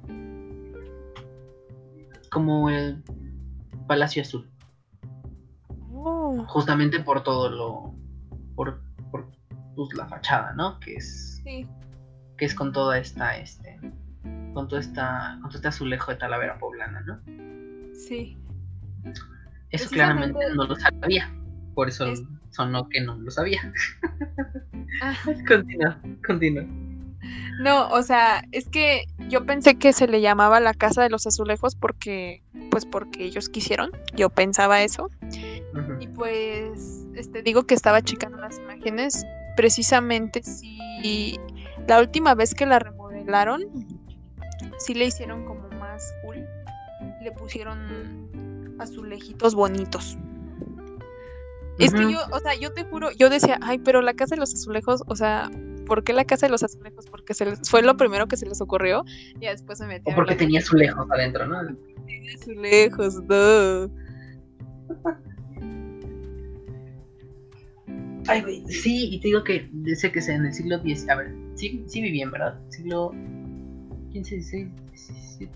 S1: Como el Palacio Azul,
S2: Oh,
S1: justamente por todo lo, por, por pues, la fachada, ¿no? Que es,
S2: sí,
S1: que es con toda esta, este, con toda esta, con todo este azulejo de Talavera poblana, ¿no?
S2: sí.
S1: Eso
S2: Precisamente
S1: claramente no lo sabía, por eso
S2: es...
S1: sonó que no lo sabía.
S2: Ah,
S1: Continúa, continúa.
S2: no, o sea, es que yo pensé que se le llamaba la Casa de los Azulejos porque, pues porque ellos quisieron. Yo pensaba eso.
S1: Ujú.
S2: Y pues, este, digo que estaba checando las imágenes. Precisamente sí, la última vez que la remodelaron, sí le hicieron como más cool. Le pusieron azulejitos bonitos. Es que
S1: Ujú.
S2: yo, o sea, yo te juro, yo decía, ay, pero la Casa de los Azulejos, o sea, ¿por qué la Casa de los Azulejos? Porque se les, fue lo primero que se les ocurrió. Y ya después me metí
S1: O
S2: a ver
S1: porque
S2: las
S1: tenía azulejos adentro, ¿no?
S2: azulejos, no.
S1: Ay, güey, sí, y te digo que dice que sea en el siglo diez, a ver, sí, sí vi bien, ¿verdad? Siglo quince, dieciséis, diecisiete.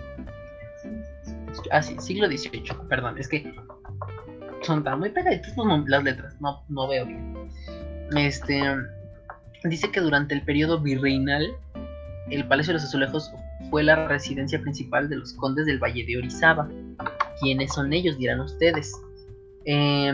S1: Ah, sí, siglo dieciocho, perdón, es que son tan muy pegaditas no, las letras, no, no veo bien. Este, dice que durante el periodo virreinal, el Palacio de los Azulejos fue la residencia principal de los condes del Valle de Orizaba. ¿Quiénes son ellos? Dirán ustedes. Eh,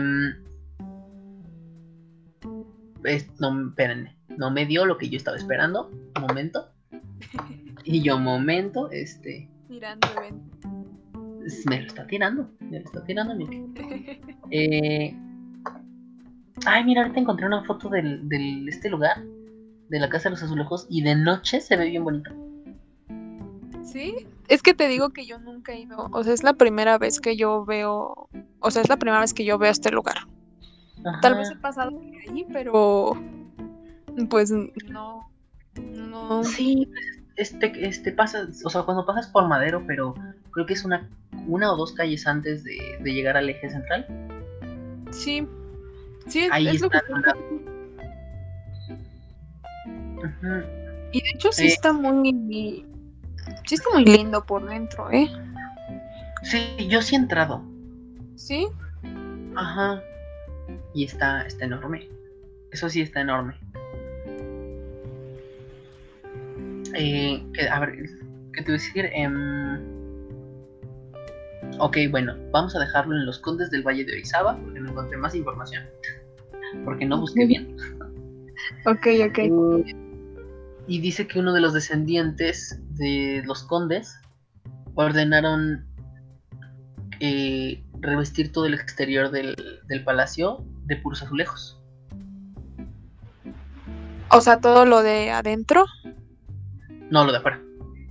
S1: es, no, espérenme, no me dio lo que yo estaba esperando. Un momento. Y yo, momento, este.
S2: Tirando ven.
S1: Me lo está tirando. Me lo está tirando, mira. Eh, ay, mira, ahorita encontré una foto del, del este lugar, de la Casa de los Azulejos, y de noche se ve bien bonito.
S2: Sí, es que te digo que yo nunca he ido, o sea, es la primera vez que yo veo, o sea, es la primera vez que yo veo este lugar.
S1: Ajá.
S2: Tal vez he pasado por ahí, pero pues no, no.
S1: Sí, este, este pasas, o sea, cuando pasas por Madero, pero creo que es una, una o dos calles antes de, de llegar al eje central.
S2: Sí, sí, es,
S1: Ahí
S2: es lo que
S1: está.
S2: pasa.
S1: Uh-huh.
S2: Y de hecho sí
S1: Eh,
S2: está muy, sí está muy lindo por dentro, ¿eh?
S1: sí, yo sí he entrado.
S2: Sí.
S1: Ajá. Y está, está enorme. Eso sí está enorme. Eh, que, a ver, ¿qué te voy a decir? Eh, ok, bueno, vamos a dejarlo en los Condes del Valle de Orizaba, porque no encontré más información. Porque no busqué bien.
S2: Ok, ok.
S1: Eh, y dice que uno de los descendientes de los condes ordenaron eh, revestir todo el exterior del, del palacio de puros azulejos.
S2: O sea, todo lo de adentro.
S1: No, lo de afuera.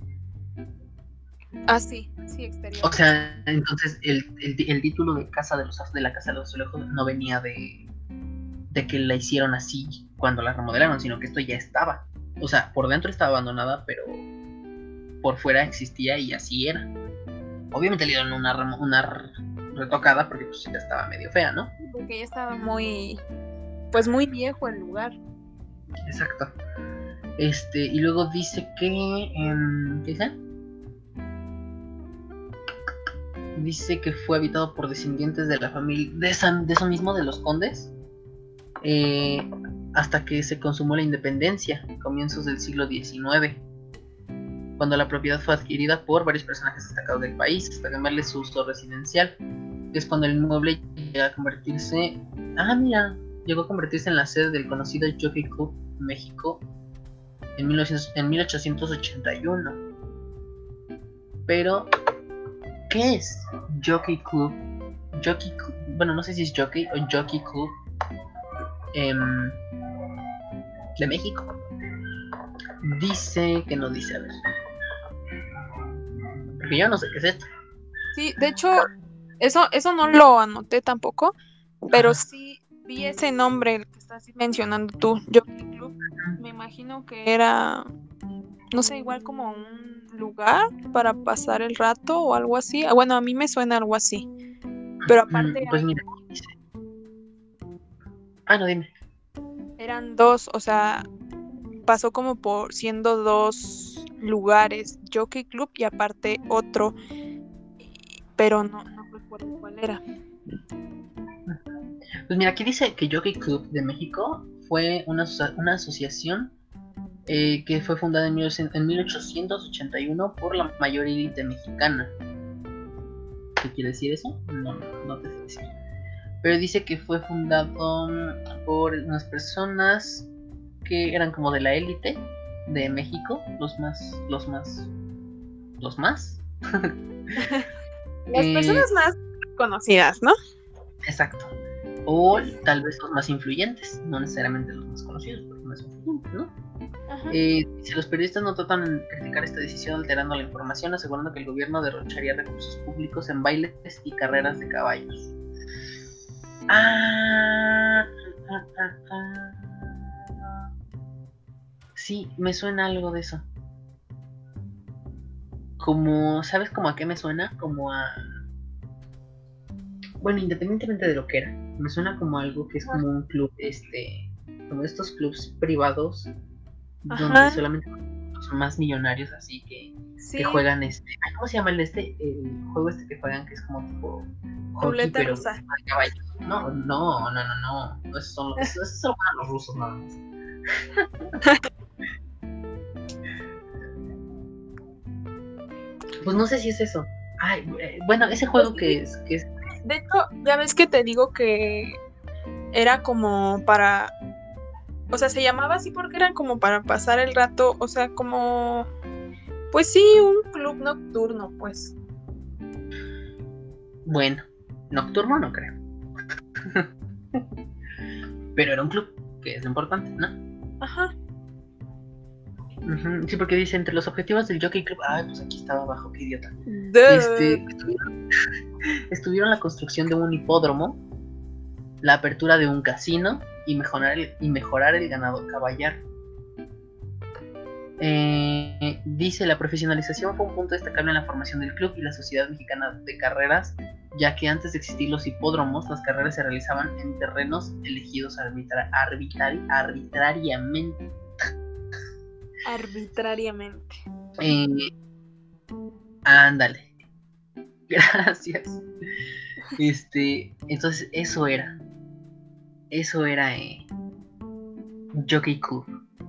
S2: Ah, sí, sí, exterior.
S1: O sea, entonces el, el, el título de casa de los de la casa de los azulejos no venía de, de que la hicieron así cuando la remodelaron, sino que esto ya estaba. O sea, por dentro estaba abandonada, pero por fuera existía y así era. Obviamente le dieron una, una retocada porque pues ya estaba medio fea, ¿no?
S2: Porque ya estaba muy, pues muy viejo el lugar.
S1: Exacto. Este, y luego dice que, um, ¿qué dice? Dice que fue habitado por descendientes de la familia, de, esa, de eso mismo, de los condes, eh, hasta que se consumó la independencia, comienzos del siglo diecinueve. cuando la propiedad fue adquirida por varios personajes destacados del país, hasta cambiarle su uso residencial, que es cuando el inmueble llega a convertirse... Ah, mira, llegó a convertirse en la sede del conocido Jockey Club México en, mil novecientos, en mil ochocientos ochenta y uno. Pero, ¿qué es Jockey Club? Jockey Club, bueno, no sé si es Jockey o Jockey Club eh, de México. Dice que no dice, a ver. Porque yo no sé qué es esto.
S2: Sí, de hecho, eso, eso no lo anoté tampoco, pero sí vi ese nombre el que estás mencionando tú, Jockey Club. Me imagino que era, no sé, igual como un lugar para pasar el rato o algo así. Bueno, a mí me suena algo así. Pero aparte,
S1: mm, pues
S2: hay,
S1: mira, dice. Ah, no, dime.
S2: Eran dos, o sea, pasó como por siendo dos lugares, Jockey Club y aparte otro, pero no, no recuerdo cuál era.
S1: Pues mira, aquí dice que Jockey Club de México fue una, una asociación eh, que fue fundada en, en mil ochocientos ochenta y uno por la mayor élite mexicana. ¿Qué quiere decir eso? No, no te sé decir. Pero dice que fue fundado por unas personas que eran como de la élite de México, los más, los más, los más.
S2: Las
S1: eh,
S2: personas más conocidas, ¿no?
S1: Exacto. O tal vez los más influyentes, no necesariamente los más conocidos, pero los más influyentes, ¿no? Eh, si los periodistas no tratan de criticar esta decisión alterando la información, asegurando que el gobierno derrocharía recursos públicos en bailes y carreras de caballos. Ah, ah, ah, ah. Sí, me suena algo de eso. Como, ¿sabes como a qué me suena? Como a... Bueno, independientemente de lo que era, me suena como algo que es como un club, este, como estos clubs privados,
S2: Ajá.
S1: donde solamente los más millonarios así que,
S2: sí.
S1: que juegan este, ay, ¿cómo se llama el este? El juego este que juegan que es como tipo hockey,
S2: Ruleta
S1: pero
S2: rusa.
S1: de caballos. No, no, no, no, no, no, esos son los, esos, esos son los rusos nada más. Pues no sé si es eso. Ay, bueno, ese juego que es, que es...
S2: De hecho, ya ves que te digo que era como para... O sea, se llamaba así porque era como para pasar el rato, o sea, como... Pues sí, un club nocturno, pues.
S1: Bueno, nocturno no creo. Pero era un club, que es lo importante, ¿no?
S2: Ajá.
S1: Uh-huh. Sí, porque dice, entre los objetivos del Jockey Club... Ay, pues aquí estaba abajo, qué idiota.
S2: Duh.
S1: Este, estuvieron, estuvieron la construcción de un hipódromo, la apertura de un casino y mejorar el, y mejorar el ganado caballar. Eh, dice, la profesionalización fue un punto destacable en la formación del club y la Sociedad Mexicana de Carreras, ya que antes de existir los hipódromos, las carreras se realizaban en terrenos elegidos arbitra- arbitrar- arbitrariamente.
S2: Arbitrariamente.
S1: Eh, ándale. Gracias. Este, entonces eso era. Eso era eh, Jockey Club.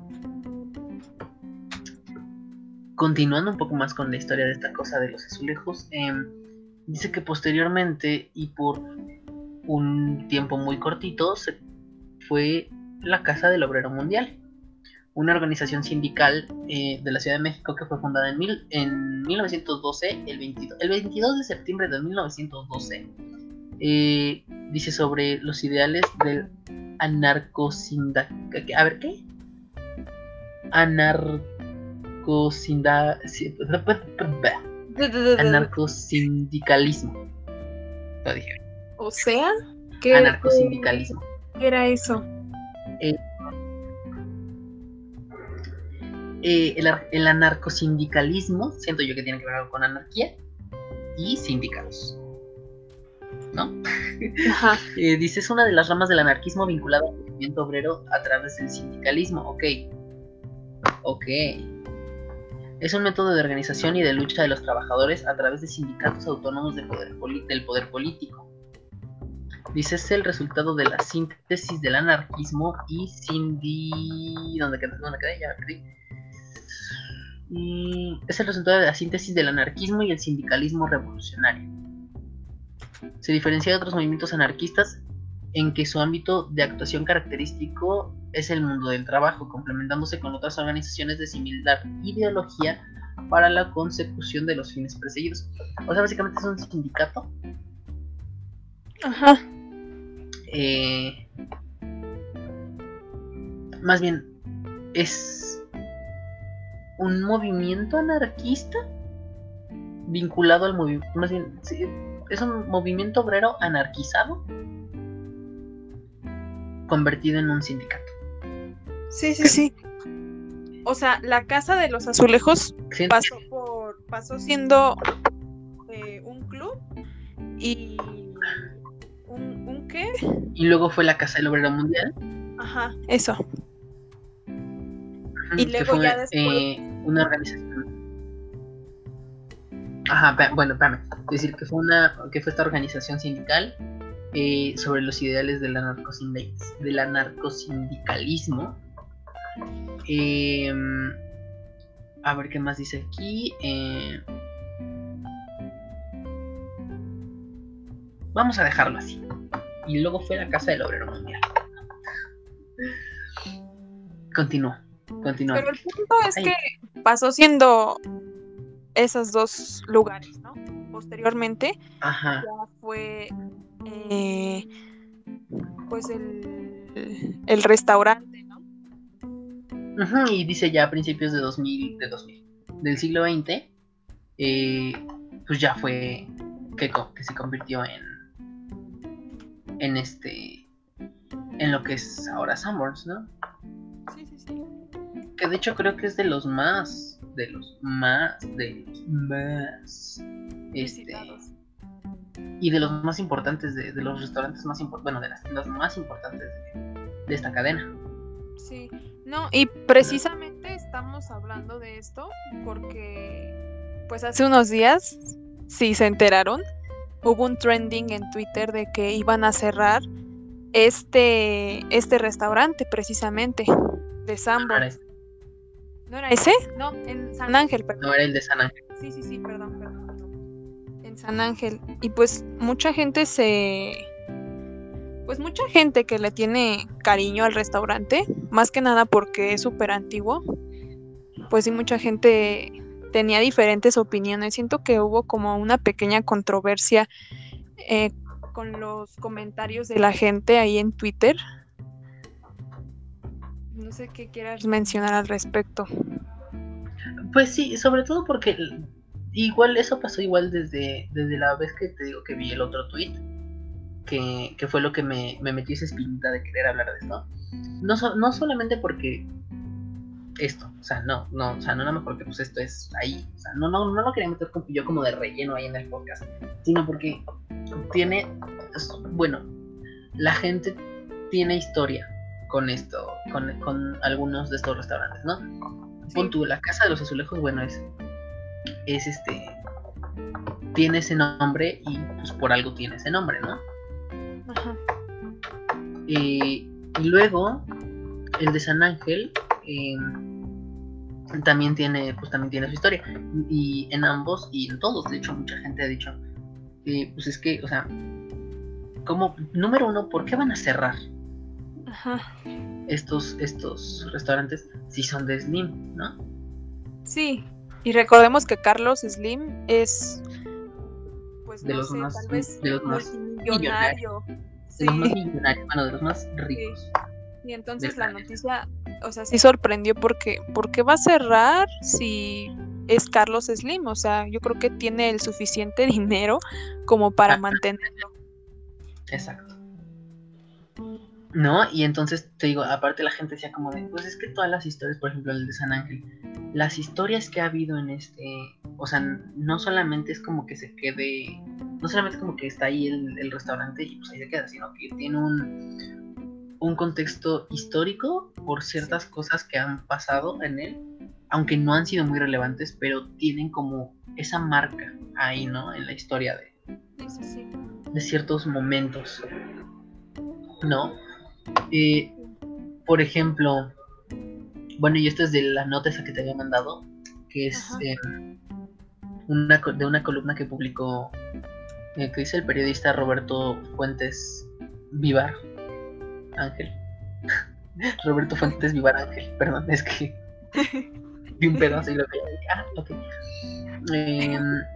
S1: Continuando un poco más con la historia de esta cosa de los azulejos, eh, dice que posteriormente y por un tiempo muy cortito se fue la Casa del Obrero Mundial, una organización sindical eh, de la Ciudad de México que fue fundada en, mil, en mil novecientos doce, el veintidós, el veintidós de septiembre de mil novecientos doce. Eh, dice sobre los ideales del anarcosinda... A ver, ¿qué? Anarcosinda... Anarcosindicalismo. Lo dije.
S2: O sea, ¿qué,
S1: Anarcosindicalismo.
S2: ¿qué era eso?
S1: Eh, eh, el, el anarcosindicalismo, siento yo que tiene que ver algo con anarquía y sindicatos, ¿no?
S2: Ajá.
S1: eh, dice, es una de las ramas del anarquismo vinculada al movimiento obrero a través del sindicalismo. Ok. Ok. Es un método de organización y de lucha de los trabajadores a través de sindicatos autónomos de poder del poder político. Dice, es el resultado de la síntesis del anarquismo y sindi... ¿Dónde quedé? ¿Dónde quedé? Ya me perdí. Y es el resultado de la síntesis del anarquismo y el sindicalismo revolucionario. Se diferencia de otros movimientos anarquistas en que su ámbito de actuación característico es el mundo del trabajo, complementándose con otras organizaciones de similar ideología para la consecución de los fines perseguidos. O sea, básicamente es un sindicato.
S2: Ajá.
S1: Eh, más bien, es un movimiento anarquista vinculado al movimiento. Más bien, sí, es un movimiento obrero anarquizado convertido en un sindicato.
S2: Sí, sí, sí. O sea, la Casa de los Azulejos
S1: ¿Sí?
S2: pasó por pasó siendo eh, un club y un, un qué?
S1: Y luego fue la Casa del Obrero Mundial.
S2: Ajá, eso.
S1: Ujú,
S2: Y
S1: que
S2: luego
S1: fue
S2: ya después
S1: eh, una organización. Ajá, pe- bueno, espérame. Es decir, que fue una, que fue esta organización sindical eh, sobre los ideales del anarcosindic- del anarcosindicalismo. Eh, a ver qué más dice aquí. Eh, vamos a dejarlo así. Y luego fue la Casa del Obrero Mundial. Continúa, continúa.
S2: Pero el punto es
S1: Ay.
S2: que pasó siendo esos dos lugares, ¿no? Posteriormente
S1: Ajá.
S2: ya fue eh, pues el, el restaurante, ¿no?
S1: Ujú, y dice ya a principios de dos mil, de dos mil, del siglo veinte, eh, pues ya fue que, co- que se convirtió en en este en lo que es ahora Sanborns, ¿no?
S2: Sí, sí, sí.
S1: Que de hecho creo que es de los más de los más de los más este
S2: Visitados.
S1: y de los más importantes de, de los restaurantes más importantes, bueno, de las tiendas más importantes de, de esta cadena.
S2: Sí, no, y precisamente estamos hablando de esto porque pues hace unos días, si se enteraron, hubo un trending en Twitter de que iban a cerrar este este restaurante precisamente de
S1: No era,
S2: Sanborns. ¿No era ese? No, en San Ángel, perdón.
S1: no era el de San Ángel.
S2: Sí, sí, sí, perdón, perdón, perdón. En San Ángel. Y pues mucha gente se... Pues mucha gente que le tiene cariño al restaurante, más que nada porque es súper antiguo, pues sí, mucha gente tenía diferentes opiniones. Siento que hubo como una pequeña controversia eh, con los comentarios de la gente ahí en Twitter. No sé qué quieras mencionar al respecto.
S1: Pues sí, sobre todo porque igual eso pasó igual desde, desde la vez que te digo que vi el otro tweet, que, que fue lo que me, me metió esa espinita de querer hablar de esto. No, so, no solamente porque esto, o sea, no, no, o sea, no nada más porque pues esto es ahí, o sea, no, no, no lo quería meter como yo como de relleno ahí en el podcast, sino porque tiene, bueno, la gente tiene historia con esto, con, con algunos de estos restaurantes, ¿no?
S2: Sí.
S1: Pon tú, la Casa de los Azulejos, bueno, es, es este, tiene ese nombre y pues por algo tiene ese nombre, ¿no?
S2: Ajá.
S1: Eh, y luego, el de San Ángel eh, también tiene, pues también tiene su historia. Y en ambos, y en todos, de hecho, mucha gente ha dicho, eh, pues es que, o sea, como, número uno, ¿por qué van a cerrar
S2: Ajá.
S1: estos, estos restaurantes si son de Slim, ¿no?
S2: Sí, y recordemos que Carlos Slim es, pues
S1: De
S2: no
S1: los
S2: sé,
S1: más,
S2: tal vez
S1: de los más
S2: multimillonario.
S1: De los más
S2: Sí,
S1: millonarios, bueno, de los más ricos.
S2: sí. Y entonces
S1: del
S2: la
S1: planeta.
S2: noticia, o sea, sí sorprendió porque, ¿por qué va a cerrar si es Carlos Slim? O sea, yo creo que tiene el suficiente dinero como para
S1: Ah,
S2: mantenerlo.
S1: exacto. ¿No? Y entonces, te digo, aparte la gente decía como de, pues es que todas las historias, por ejemplo, el de San Ángel, las historias que ha habido en este, o sea, no solamente es como que se quede, no solamente es como que está ahí el, el restaurante y pues ahí se queda, sino que tiene un, un contexto histórico por ciertas cosas que han pasado en él, aunque no han sido muy relevantes, pero tienen como esa marca ahí, ¿no? En la historia de,
S2: Sí, sí, sí.
S1: de ciertos momentos, ¿no? Eh, por ejemplo, bueno, y esto es de la nota esa que te había mandado, que es
S2: Ajá.
S1: eh, una, co- de una columna que publicó, eh, que dice el periodista Roberto Fuentes Vivar Ángel. Roberto Fuentes Vivar Ángel, perdón, es que vi un pedazo y lo que ah, ok. Eh,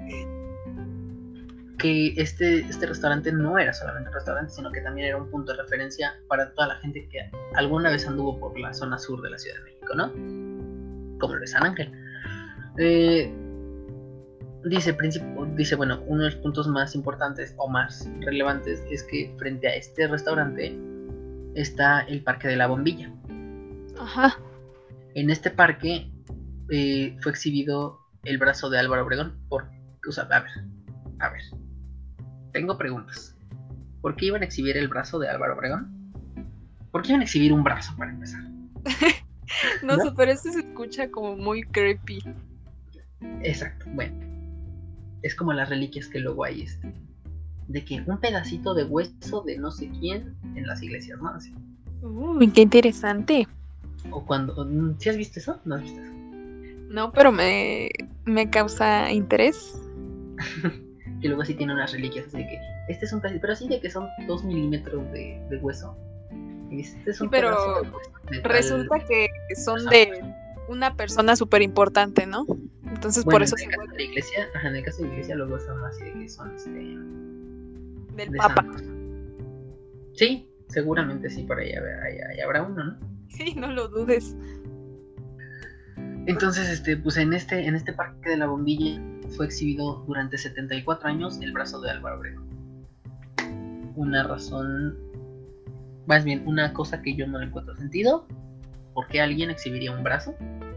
S1: que este, este restaurante no era solamente un restaurante, sino que también era un punto de referencia para toda la gente que alguna vez anduvo por la zona sur de la Ciudad de México, ¿no? Como lo de San Ángel. Eh, dice, princip- dice, bueno, uno de los puntos más importantes o más relevantes es que frente a este restaurante está el Parque de la Bombilla.
S2: Ajá.
S1: En este parque eh, fue exhibido el brazo de Álvaro Obregón. Por, o sea, a ver, a ver, tengo preguntas. ¿Por qué iban a exhibir el brazo de Álvaro Obregón? ¿Por qué iban a exhibir un brazo para empezar?
S2: No,
S1: ¿No?
S2: sé, pero eso se escucha como muy creepy.
S1: Exacto, bueno. Es como las reliquias que luego hay, este, de que un pedacito de hueso de no sé quién en las iglesias, ¿no? Así.
S2: Uy, qué interesante.
S1: O cuando, ¿sí has visto eso? ¿No has visto eso?
S2: No, pero me, me causa interés.
S1: Que luego así tiene unas reliquias así de que este es un pedacito, pero así de que son dos milímetros de, de hueso. Y dice, este es un
S2: Sí, pero
S1: pedazo de hueso de tal-
S2: resulta que son de una persona súper importante, ¿no? Entonces
S1: Bueno,
S2: por eso
S1: en
S2: se
S1: el caso de
S2: vuelve
S1: la iglesia, ajá, en el caso de la iglesia luego son así de que son este
S2: del
S1: de
S2: Papa.
S1: santos. Sí, seguramente sí, por ahí, habrá- ahí- ahí habrá uno, ¿no?
S2: Sí, no lo dudes.
S1: Entonces, este, pues en este, en este Parque de la Bombilla fue exhibido durante setenta y cuatro años el brazo de Álvaro Obregón. Una razón, más bien, una cosa que yo no le encuentro sentido. ¿Por qué alguien exhibiría un brazo?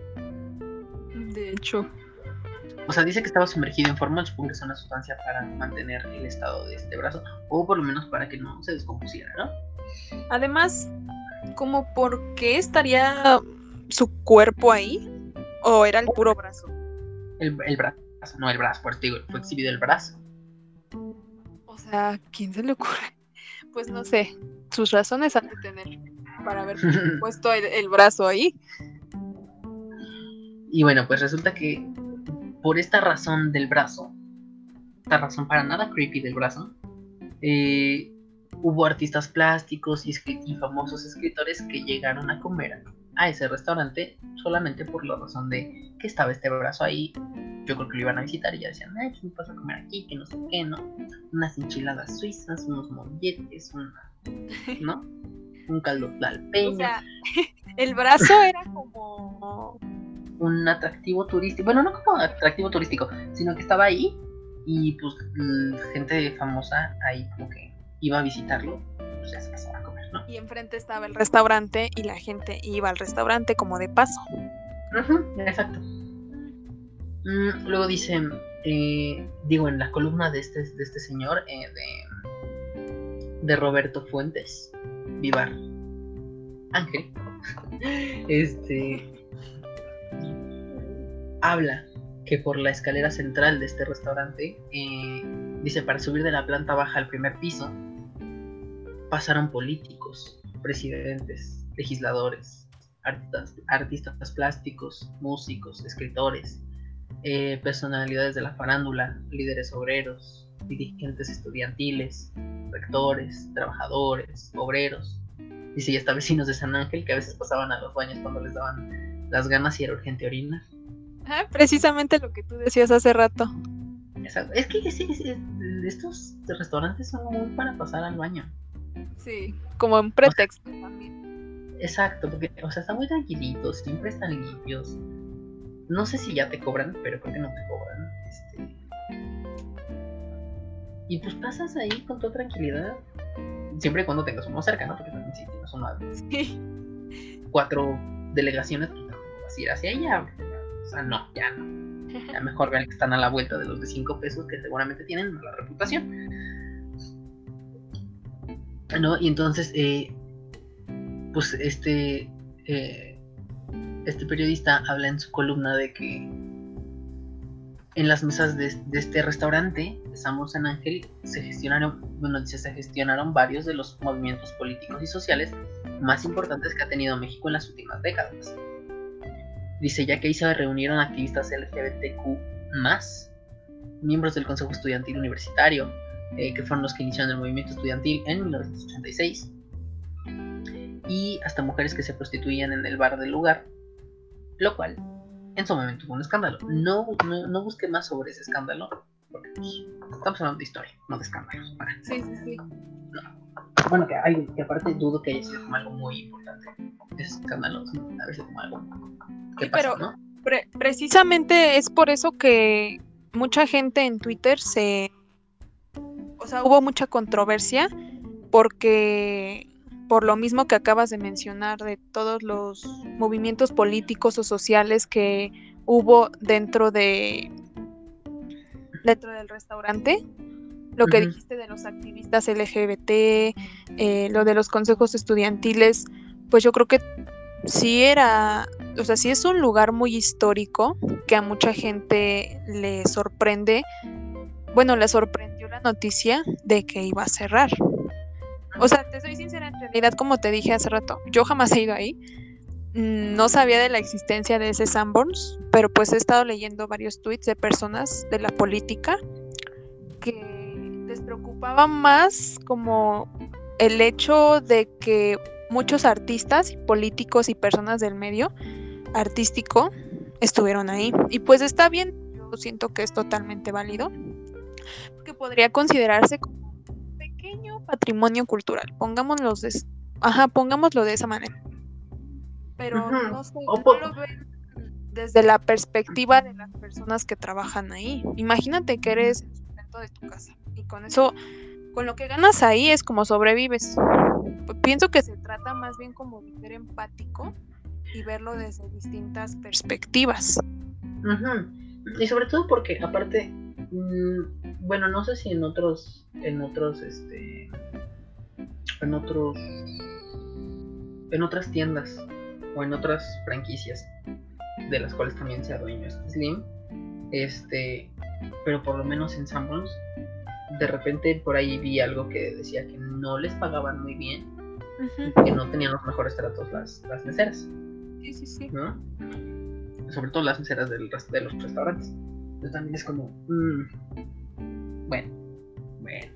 S2: De hecho,
S1: O sea, dice que estaba sumergido en formol, supongo que es una sustancia para mantener el estado de este brazo, o por lo menos para que no se descompusiera, ¿no?
S2: además, como por qué estaría su cuerpo ahí, o era el puro brazo.
S1: El, el brazo, no el brazo, por eso digo, fue exhibido el brazo.
S2: O sea, ¿quién se le ocurre? Pues no sé, sus razones han de tener para haber puesto el, el brazo ahí.
S1: Y bueno, pues resulta que por esta razón del brazo, esta razón para nada creepy del brazo, eh, hubo artistas plásticos y, escrit- y famosos escritores que llegaron a comer a ese restaurante solamente por la razón de que estaba este brazo ahí. Yo creo que lo iban a visitar y ya decían, ay, ¿qué me pasa a comer aquí? Que no sé qué, ¿no? Unas enchiladas suizas, unos molletes, una, ¿no? Un caldo tlalpeño.
S2: O sea, el brazo era como...
S1: un atractivo turístico, bueno, no como atractivo turístico, sino que estaba ahí y pues gente famosa ahí como que iba a visitarlo, pues ya se pasaba a comer, ¿no?
S2: Y enfrente estaba el restaurante y la gente iba al restaurante como de paso.
S1: Uh-huh, exacto. Mm, luego dice, eh, digo, en la columna de este, de este señor, eh, de, de Roberto Fuentes Vivar Ángel, este... habla que por la escalera central de este restaurante, eh, dice, para subir de la planta baja al primer piso, pasaron políticos, presidentes, legisladores, artistas, artistas plásticos, músicos, escritores, eh, personalidades de la farándula, líderes obreros, dirigentes estudiantiles, rectores, trabajadores, obreros. Dice, y hasta vecinos de San Ángel que a veces pasaban a los baños cuando les daban las ganas y era urgente orinar.
S2: Ah, precisamente lo que tú decías hace rato.
S1: Exacto. Es que sí, sí, estos restaurantes son muy para pasar al baño.
S2: Sí, como un pretexto, o sea, también.
S1: Exacto, porque, o sea, están muy tranquilitos, siempre están limpios. No sé si ya te cobran, pero creo que no te cobran. Este... Y pues pasas ahí con toda tranquilidad. Siempre y cuando tengas uno cerca, ¿no? Porque también si tienes uno a
S2: Sí.
S1: cuatro delegaciones, pues tampoco vas a ir hacia allá. O sea, no, ya no. Ya mejor vean que están a la vuelta de los de cinco pesos que seguramente tienen mala reputación. ¿No? Y entonces, eh, pues este, eh, este periodista habla en su columna de que en las mesas de, de este restaurante, de San San Ángel, se gestionaron, bueno, dice, se gestionaron varios de los movimientos políticos y sociales más importantes que ha tenido México en las últimas décadas. Dice, ya que ahí se reunieron activistas L G B T Q más, miembros del Consejo Estudiantil Universitario, eh, que fueron los que iniciaron el movimiento estudiantil en mil novecientos ochenta y seis, y hasta mujeres que se prostituían en el bar del lugar, lo cual en su momento fue un escándalo. No, no, no busqué más sobre ese escándalo, porque pues, estamos hablando de historia, no de escándalos. Para.
S2: Sí, sí, sí.
S1: No. Bueno, que, hay, que aparte dudo que haya sido como algo muy importante. Ese escándalo, a ver si como algo que
S2: Sí,
S1: pasa,
S2: pero
S1: ¿no?
S2: pre- precisamente es por eso que mucha gente en Twitter se... O sea, hubo mucha controversia porque por lo mismo que acabas de mencionar de todos los movimientos políticos o sociales que hubo dentro de dentro del restaurante, lo que
S1: Ujú.
S2: dijiste de los activistas L G B T, eh, lo de los consejos estudiantiles, pues yo creo que sí era, o sea, sí es un lugar muy histórico que a mucha gente le sorprende, bueno, le sorprendió la noticia de que iba a cerrar. O sea, te soy sincera, en realidad, como te dije hace rato, yo jamás he ido ahí. No sabía de la existencia de ese Sanborns, pero pues he estado leyendo varios tweets de personas de la política que les preocupaba más como el hecho de que muchos artistas, políticos y personas del medio artístico estuvieron ahí. Y pues está bien, yo siento que es totalmente válido, que podría considerarse como un pequeño patrimonio cultural, pongámoslo de, ajá, pongámoslo de esa manera. Pero
S1: Ujú.
S2: no sé,
S1: O
S2: no
S1: po-
S2: lo ven desde la perspectiva de las personas que trabajan ahí. Imagínate que eres el sustento de tu casa y con eso, con lo que ganas ahí es como sobrevives. Pues pienso que se trata más bien como de ser empático y verlo desde distintas perspectivas.
S1: Ujú. Y sobre todo porque aparte, mmm, bueno, no sé si en otros, en otros, este, en otros, en otras tiendas o en otras franquicias de las cuales también se adueñó este Slim, este, pero por lo menos en Sanborns, de repente por ahí vi algo que decía que no les pagaban muy bien,
S2: Uh-huh.
S1: que no tenían los mejores tratos las, las meseras,
S2: Sí, sí, sí.
S1: ¿no? Sobre todo las meseras del, de los restaurantes. Entonces también es como, mmm, bueno, bueno.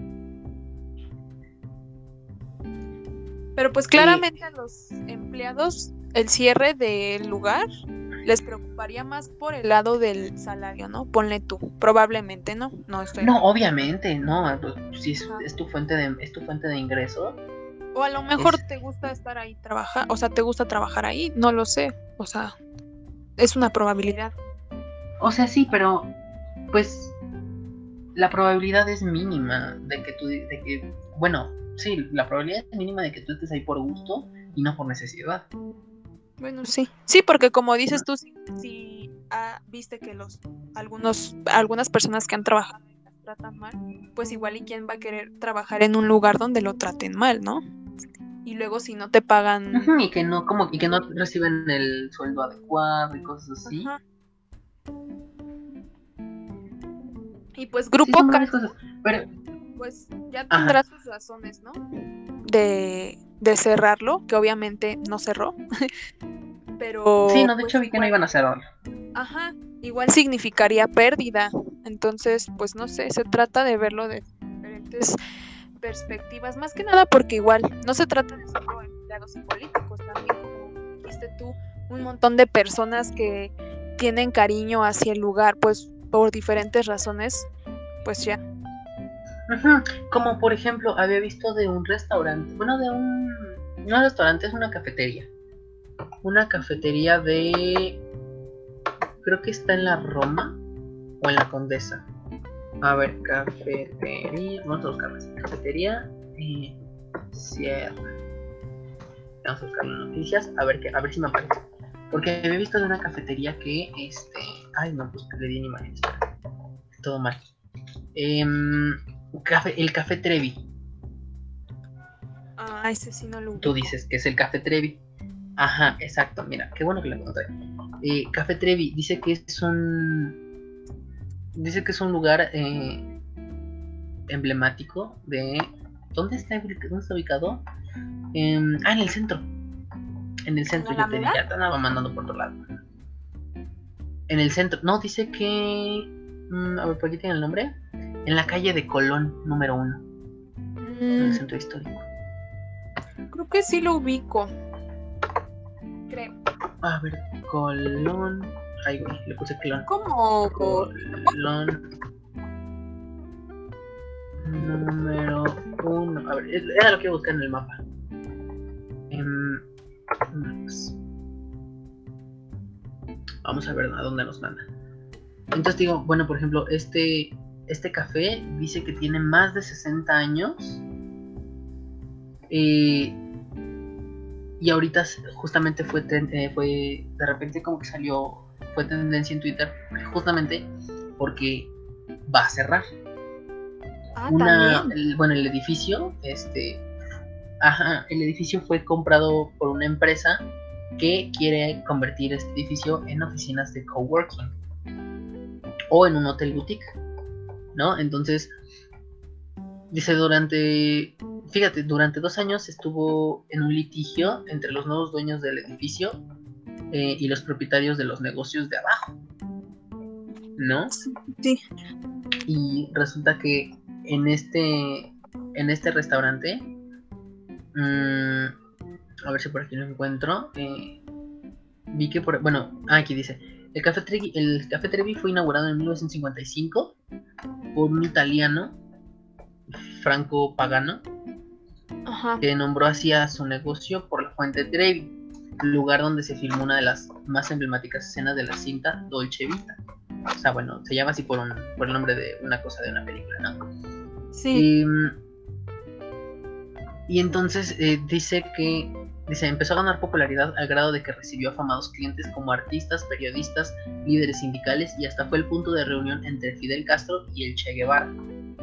S2: Pero pues claramente a los empleados el cierre del lugar les preocuparía más por el lado del salario, ¿no? Ponle tú, probablemente, ¿no? No estoy.
S1: No, obviamente, no, si es,
S2: Ajá.
S1: es tu fuente de, es tu fuente de ingreso.
S2: O a lo mejor
S1: es...
S2: te gusta estar ahí trabajar, o sea, te gusta trabajar ahí, no lo sé, o sea, es una probabilidad.
S1: O sea, sí, pero pues la probabilidad es mínima de que tú, de que, bueno, sí, la probabilidad es mínima de que tú estés ahí por gusto y no por necesidad.
S2: Bueno, sí, sí, porque como dices tú, si, si ah, viste que los algunos algunas personas que han trabajado y las tratan mal, pues igual y quién va a querer trabajar en un lugar donde lo traten mal, ¿no? Y luego si no te pagan
S1: uh-huh, y que no como y que no reciben el sueldo adecuado y cosas así.
S2: Ajá. Y pues Grupo
S1: sí,
S2: Carso,
S1: pero...
S2: pues ya tendrá Ajá. sus razones, ¿no? De, de cerrarlo, que obviamente no cerró. Pero
S1: sí, no, de
S2: pues
S1: hecho vi
S2: igual,
S1: que no iban a cerrar.
S2: Ajá, igual significaría pérdida. Entonces, pues no sé, se trata de verlo de diferentes perspectivas, más que nada porque igual no se trata de solo empleados y políticos, también como dijiste tú, un montón de personas que tienen cariño hacia el lugar, pues por diferentes razones, pues ya.
S1: Uh-huh. Como por ejemplo, había visto de un restaurante, bueno, de un, no restaurante, es una cafetería, una cafetería de, creo que está en la Roma o en la Condesa. A ver, cafetería, vamos a buscarla. Cafetería eh, Sierra. Vamos a buscar las noticias, a ver, que, a ver si me aparece. Porque había visto de una cafetería que, este, ay no, pues le di en imágenes, todo mal. Eh, café, el Café Trevi.
S2: Ah, ese sí no lo ubico.
S1: Tú dices que es el Café Trevi. Ajá, exacto, mira, qué bueno que lo encontré. Eh, Café Trevi dice que es un... Dice que es un lugar eh, emblemático de... ¿Dónde está, dónde está ubicado? Eh, ah, en el centro. En el centro, yo te dije, ya te andaba mandando por otro lado. en el centro, no, dice que, mm, a ver, por aquí tiene el nombre, en la calle de Colón, número uno, mm. en el centro histórico.
S2: Creo que sí lo ubico, creo.
S1: A ver, Colón, ay, güey, le puse Colón.
S2: ¿Cómo?
S1: Colón, número uno, a ver, era lo que iba a buscar en el mapa. Um, Maps. Vamos a ver a dónde nos manda. Entonces digo, bueno, por ejemplo, este este café dice que tiene más de sesenta años. Eh, y ahorita justamente fue, eh, fue, de repente como que salió, fue tendencia en Twitter, justamente porque va a cerrar.
S2: Ah,
S1: Una, el, bueno, el edificio, este, ajá, el edificio fue comprado por una empresa que quiere convertir este edificio en oficinas de coworking o en un hotel boutique, ¿no? Entonces, dice, durante, fíjate, durante dos años estuvo en un litigio entre los nuevos dueños del edificio eh, y los propietarios de los negocios de abajo, ¿no?
S2: Sí.
S1: Y resulta que en este, en este restaurante, mmm, a ver si por aquí lo encuentro, eh, vi que por, bueno, ah, aquí dice, el Café Trevi, el Café Trevi fue inaugurado en mil novecientos cincuenta y cinco por un italiano, Franco Pagano,
S2: ajá,
S1: que nombró así a su negocio por la fuente Trevi, lugar donde se filmó una de las más emblemáticas escenas de la cinta Dolce Vita. O sea, bueno, se llama así por, un, por el nombre de una cosa de una película, ¿no?
S2: Sí.
S1: Y, y entonces eh, dice que dice, empezó a ganar popularidad al grado de que recibió afamados clientes como artistas, periodistas, líderes sindicales y hasta fue el punto de reunión entre Fidel Castro y el Che Guevara.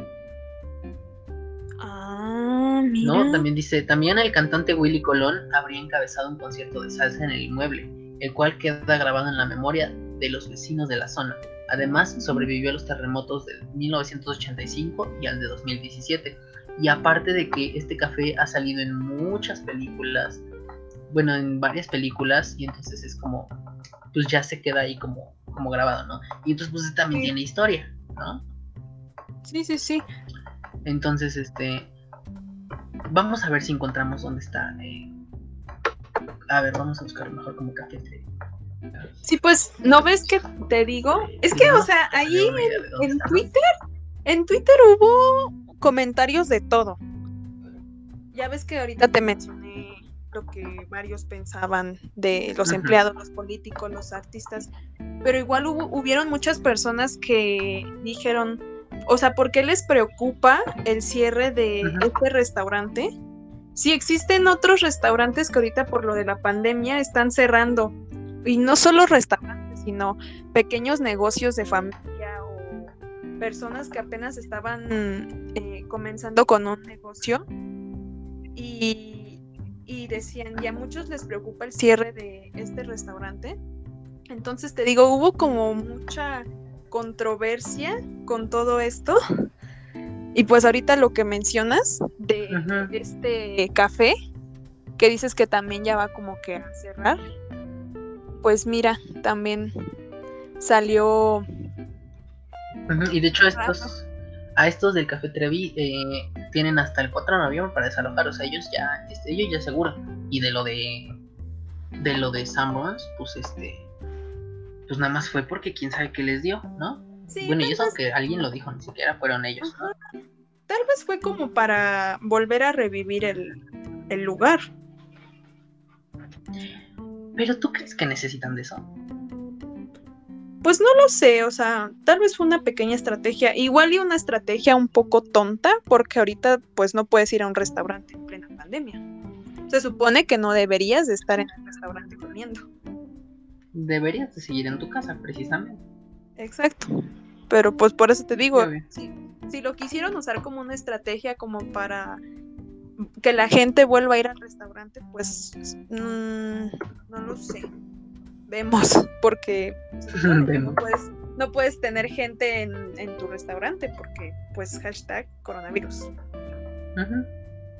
S2: Ah, mira.
S1: ¿No? También dice, también el cantante Willy Colón habría encabezado un concierto de salsa en el inmueble, el cual queda grabado en la memoria de los vecinos de la zona. Además, sobrevivió a los terremotos de mil novecientos ochenta y cinco y al de dos mil diecisiete. Y aparte de que este café ha salido en muchas películas, bueno, en varias películas, y entonces es como, pues ya se queda ahí como, como grabado, ¿no? Y entonces pues también sí. tiene historia, ¿no?
S2: Sí, sí, sí.
S1: Entonces, este, vamos a ver si encontramos dónde está. Eh... A ver, vamos a buscar mejor como Café Trevi.
S2: Sí, pues, ¿no ves que te digo? Es que, o sea, ahí en, en Twitter, en Twitter hubo comentarios de todo. Ya ves que ahorita te mencioné lo que varios pensaban de los empleados, los políticos, los artistas, pero igual hubo, hubieron muchas personas que dijeron, o sea, ¿por qué les preocupa el cierre de uh-huh. este restaurante? Si existen otros restaurantes que ahorita por lo de la pandemia están cerrando, y no solo restaurantes, sino pequeños negocios de familia o personas que apenas estaban eh, comenzando con un negocio y, y decían, y a muchos les preocupa el cierre de este restaurante. Entonces te digo, hubo como mucha controversia con todo esto. Y pues ahorita lo que mencionas de uh-huh. este café, que dices que también ya va como que a cerrar, pues mira, también salió.
S1: Uh-huh. Y de hecho estos, a estos del Café Trevi eh, tienen hasta el cuatro de noviembre para desalojar, o sea, ellos ya, este, ellos ya aseguran. Y de lo de de lo de Sanborns, pues este, pues nada más fue porque quién sabe qué les dio, ¿no? Sí, bueno, y eso vez... que alguien lo dijo, ni siquiera fueron ellos, ¿no?
S2: Uh-huh. Tal vez fue como para volver a revivir el, el lugar.
S1: ¿Pero tú crees que necesitan de eso?
S2: Pues no lo sé, o sea, tal vez fue una pequeña estrategia, igual y una estrategia un poco tonta, porque ahorita pues no puedes ir a un restaurante en plena pandemia. Se supone que no deberías de estar en el restaurante comiendo.
S1: Deberías de seguir en tu casa, precisamente.
S2: Exacto, pero pues por eso te digo, si, si lo quisieron usar como una estrategia como para que la gente vuelva a ir al restaurante, pues mmm, no lo sé, vemos, porque no puedes, no puedes tener gente en, en tu restaurante porque pues hashtag coronavirus.
S1: Uh-huh.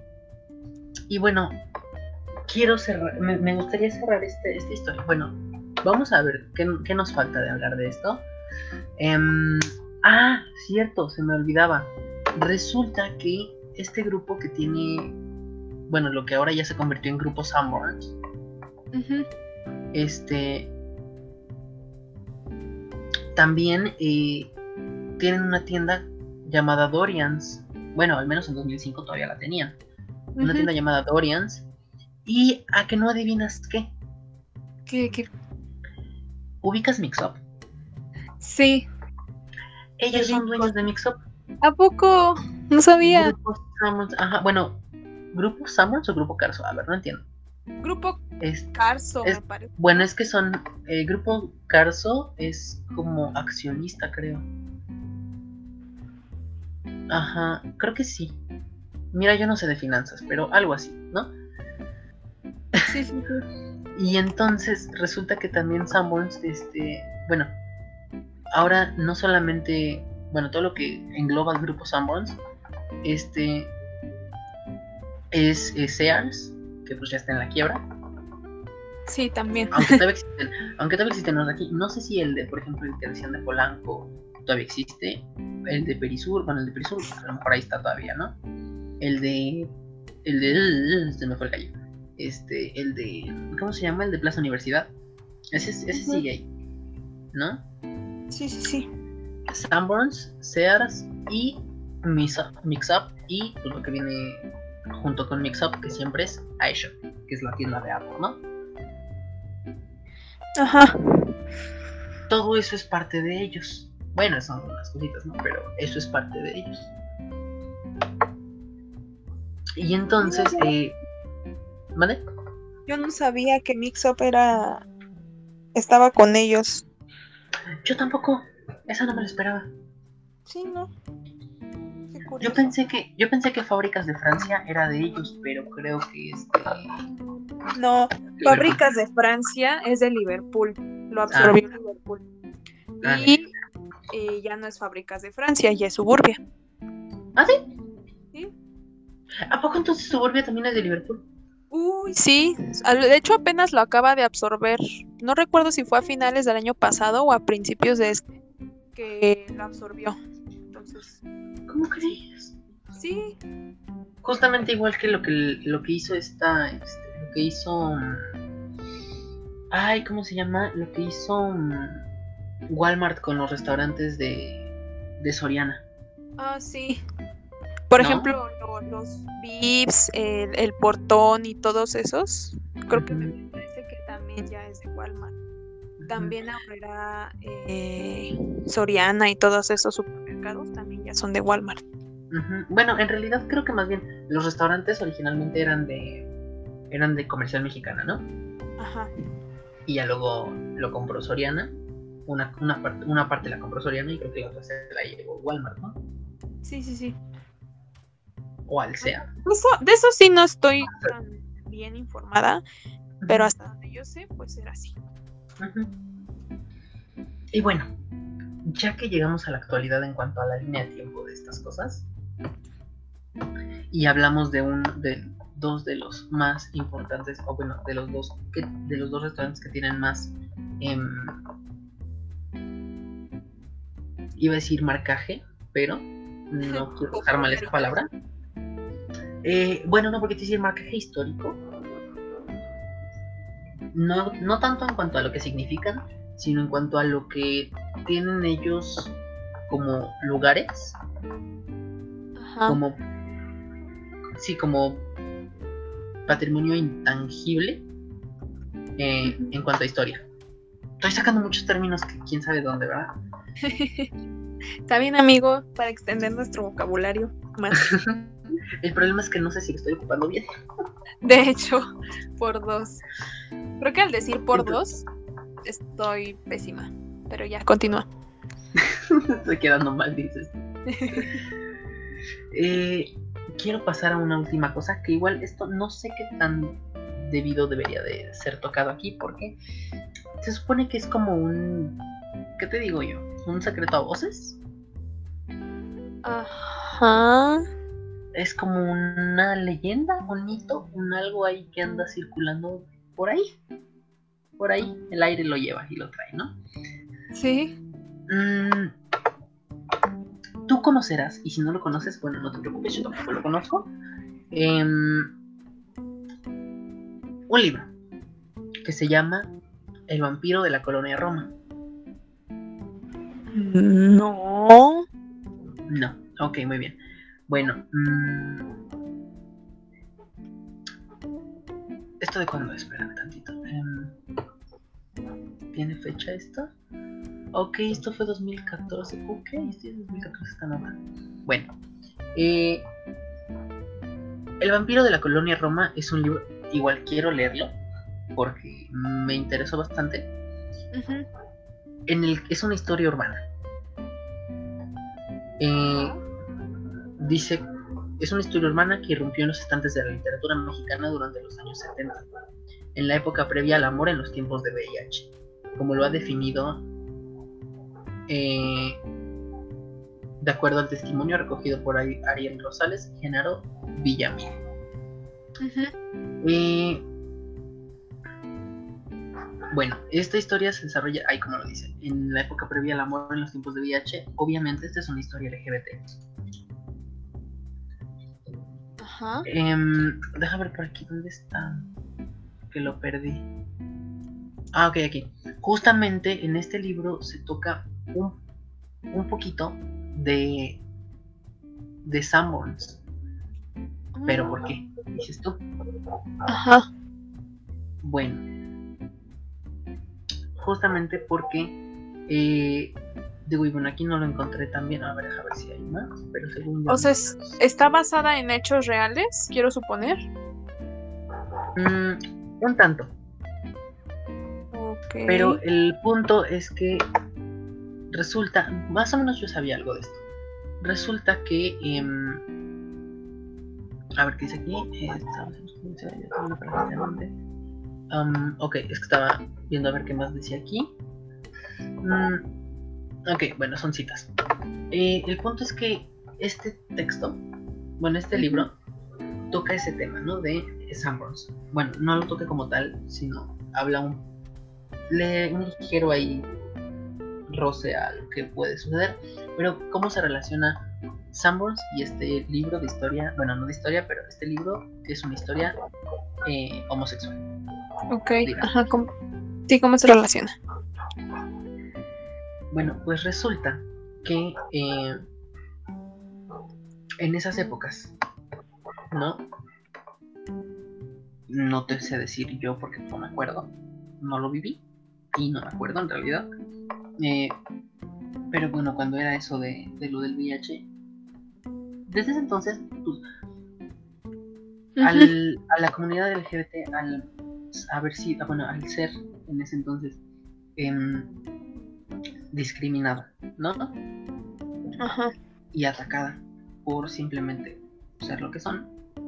S1: Y bueno, quiero cerrar, me, me gustaría cerrar este, esta historia, bueno, vamos a ver qué, qué nos falta de hablar de esto. Um, ah, cierto, se me olvidaba. Resulta que este grupo que tiene, bueno, lo que ahora ya se convirtió en grupo Sanborns, uh-huh. este, también eh, tienen una tienda llamada Dorian's. Bueno, al menos en dos mil cinco todavía la tenían. Uh-huh. Una tienda llamada Dorian's. Y a que no adivinas qué.
S2: ¿Qué? qué?
S1: ¿Ubicas Mix-Up?
S2: Sí.
S1: Ellos son dueños de Mix-Up.
S2: ¿A poco? No sabía.
S1: Grupo Sanborns, ajá, bueno, ¿Grupo Sanborns o Grupo Carso? A ver, no entiendo.
S2: Grupo es, Carso,
S1: es,
S2: me parece.
S1: Bueno, es que son, el eh, Grupo Carso es como accionista, creo. Ajá, creo que sí. Mira, yo no sé de finanzas, pero algo así, ¿no?
S2: Sí, sí, sí.
S1: Y entonces resulta que también Sanborns, este, bueno, ahora no solamente, bueno, todo lo que engloba el grupo Sanborns, este, es, es Sears, que pues ya está en la quiebra.
S2: Sí, también.
S1: Aunque todavía existen, aunque todavía existen los de aquí. No sé si el de, por ejemplo, el que decían de Polanco todavía existe. El de Perisur, bueno, el de Perisur, a lo mejor ahí está todavía, ¿no? El de, el de, se me fue el gallo. Este, el de, ¿cómo se llama? El de Plaza Universidad. Ese, ese uh-huh. sigue ahí, ¿no?
S2: Sí, sí, sí.
S1: Sanborns, Sears y Mix-Up. Y pues lo que viene junto con Mix-Up, que siempre es iShop, que es la tienda de Apple, ¿no?
S2: Ajá.
S1: Todo eso es parte de ellos. Bueno, son unas cositas, ¿no? Pero eso es parte de ellos. Y entonces, eh... ¿vale?
S2: Yo no sabía que Mix-Up era... estaba con ellos.
S1: Yo tampoco. Esa no me lo esperaba.
S2: Sí, ¿no? Qué curioso.
S1: Yo pensé que, yo pensé que Fábricas de Francia era de ellos, pero creo que este...
S2: No, Liverpool. Fábricas de Francia es de Liverpool. Lo absorbió ah. Liverpool. Ah, y eh, ya no es Fábricas de Francia, ya es Suburbia.
S1: ¿Ah, sí? ¿Sí? ¿A poco entonces Suburbia también es de Liverpool?
S2: Uy, sí. De hecho, apenas lo acaba de absorber. No recuerdo si fue a finales del año pasado o a principios de este que lo absorbió. Entonces,
S1: ¿cómo crees?
S2: Sí.
S1: Justamente igual que lo que lo que hizo esta, este, lo que hizo, ay, ¿cómo se llama? Lo que hizo um, Walmart con los restaurantes de, de Soriana.
S2: Ah, sí. Por
S1: ¿no?
S2: ejemplo, lo, los Vips, el, el Portón y todos esos, creo uh-huh. que me parece que también ya es de Walmart. Uh-huh. También ahora eh, Soriana y todos esos supermercados también ya son de Walmart.
S1: Uh-huh. Bueno, en realidad creo que más bien los restaurantes originalmente eran de eran de Comercial Mexicana, ¿no?
S2: Ajá.
S1: Y ya luego lo compró Soriana, una, una, parte, una parte la compró Soriana y creo que la otra se la llevó Walmart, ¿no?
S2: Sí, sí, sí.
S1: O al sea.
S2: Eso, de eso sí no estoy tan bien informada, uh-huh. pero hasta donde yo sé, pues era así.
S1: Uh-huh. Y bueno, ya que llegamos a la actualidad en cuanto a la línea de tiempo de estas cosas, y hablamos de un de dos de los más importantes, o bueno, de los dos que, de los dos restaurantes que tienen más eh, iba a decir marcaje, pero no quiero usar mal esa palabra. Eh, bueno, no, porque te decir marcaje histórico. No, no tanto en cuanto a lo que significan, sino en cuanto a lo que tienen ellos como lugares.
S2: Ajá.
S1: Como sí, como patrimonio intangible eh, uh-huh. en cuanto a historia. Estoy sacando muchos términos que quién sabe dónde, ¿verdad?
S2: Está bien, amigo, para extender nuestro vocabulario más.
S1: El problema es que no sé si lo estoy ocupando bien.
S2: De hecho, por dos. Creo que al decir por Entonces, dos estoy pésima. Pero ya, continúa.
S1: Estoy quedando mal, dices. eh, quiero pasar a una última cosa, que igual esto no sé qué tan debido debería de ser tocado aquí, porque se supone que es como un... ¿Qué te digo yo? ¿Un secreto a voces?
S2: Ajá.
S1: Es como una leyenda, un mito, un algo ahí que anda circulando por ahí. por ahí el aire lo lleva y lo trae, ¿no?
S2: Sí.
S1: Mm, tú conocerás, y si no lo conoces, bueno, no te preocupes, yo tampoco lo conozco. Eh, un libro que se llama El vampiro de la colonia Roma.
S2: No.
S1: No, ok, muy bien. Bueno, mmm, ¿esto de cuándo es? Espérame tantito. Eh, ¿Tiene fecha esto? Ok, esto fue dos mil catorce. Ok, este es dos mil catorce, está normal. Bueno, eh, El vampiro de la colonia Roma es un libro, igual quiero leerlo porque me interesó bastante.
S2: Uh-huh.
S1: En el es una historia urbana. Eh, dice, es una historia urbana que irrumpió en los estantes de la literatura mexicana durante los años setenta, en la época previa al amor en los tiempos de V I H, como lo ha definido eh, de acuerdo al testimonio recogido por Ariel Rosales y Genaro Villamil. Uh-huh. Eh, bueno, esta historia se desarrolla, ahí como lo dice, en la época previa al amor en los tiempos de V I H. Obviamente esta es una historia L G B T.
S2: Ajá.
S1: Eh, deja ver por aquí, ¿dónde está? Que lo perdí. Ah, ok, aquí. Justamente en este libro se toca un, un poquito de de Sanborns. ¿Pero por qué? Dices tú.
S2: Ajá.
S1: Bueno, justamente porque eh, digo, y bueno, aquí no lo encontré tan bien. A ver, a ver si hay más, pero según yo.
S2: O sea, ¿está basada en hechos reales? Quiero suponer.
S1: Mm, un tanto.
S2: Okay.
S1: Pero el punto es que resulta, más o menos yo sabía algo de esto. Resulta que eh, a ver qué dice aquí. Um, ok, es que estaba viendo a ver qué más decía aquí. Mm, ok, bueno, son citas. Eh, el punto es que este texto, bueno, este uh-huh. libro toca ese tema, ¿no? De Sanborns. Bueno, no lo toca como tal, sino habla un, le, un ligero ahí roce a lo que puede suceder, pero cómo se relaciona Sanborns y este libro de historia, bueno, no de historia, pero este libro es una historia eh, homosexual.
S2: Ok, digamos. Ajá, ¿cómo? Sí, ¿cómo se relaciona?
S1: Bueno, pues resulta que eh, en esas épocas, ¿no? No te sé decir yo porque no me acuerdo, no lo viví y no me acuerdo en realidad. Eh, pero bueno, cuando era eso de, de lo del V I H, desde ese entonces, pues, uh-huh. al, a la comunidad L G B T, al haber sido, bueno, al ser en ese entonces eh, discriminada, ¿no?
S2: Ajá.
S1: Y atacada por simplemente ser lo que son,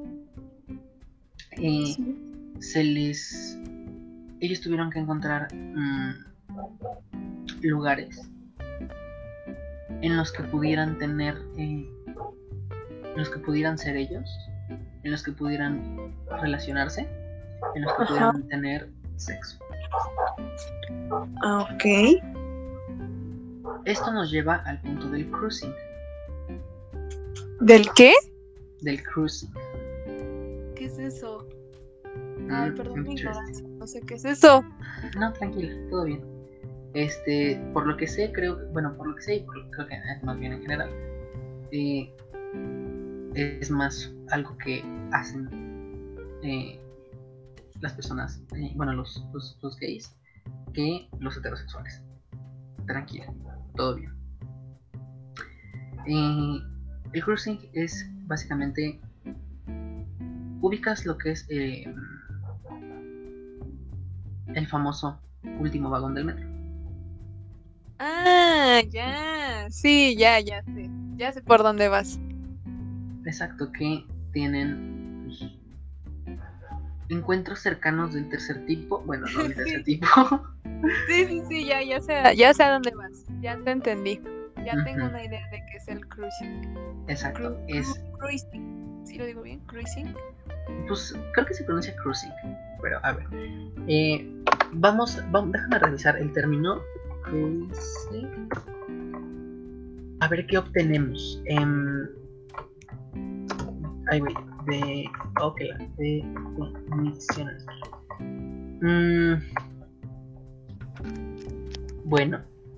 S1: eh, sí. se les, ellos tuvieron que encontrar um, lugares en los que pudieran tener, eh, en los que pudieran ser ellos, en los que pudieran relacionarse, en los que Ajá. pudieran tener sexo.
S2: Ok.
S1: Esto nos lleva al punto del cruising.
S2: ¿Del qué?
S1: Del cruising.
S2: ¿Qué es eso? Mm, Ay, perdón mi ignorancia. No sé qué es eso.
S1: No, tranquila, todo bien. Este, por lo que sé, creo, bueno, por lo que sé, y creo que es más bien en general, eh, es más algo que hacen eh, las personas, eh, bueno, los, los, los gays, que los heterosexuales. Tranquila, todo bien. Eh, el cruising es básicamente, ubicas lo que es eh, el famoso último vagón del metro.
S2: Ah, ya, sí, ya, ya sé, ya sé por dónde vas.
S1: Exacto, que tienen pues, encuentros cercanos del tercer tipo, bueno, no del tercer tipo.
S2: Sí, sí, sí, ya, ya sé, ya sé a dónde vas, ya te entendí, ya uh-huh. tengo una idea de qué es el cruising.
S1: Exacto,
S2: Cru-
S1: es...
S2: Cruising, ¿sí lo digo bien? ¿Cruising?
S1: Pues creo que se pronuncia cruising, pero a ver, eh, vamos, vamos, déjame revisar el término. Cruising. A ver qué obtenemos. Um, ay, güey, de. Ok, de definiciones. Mm, bueno.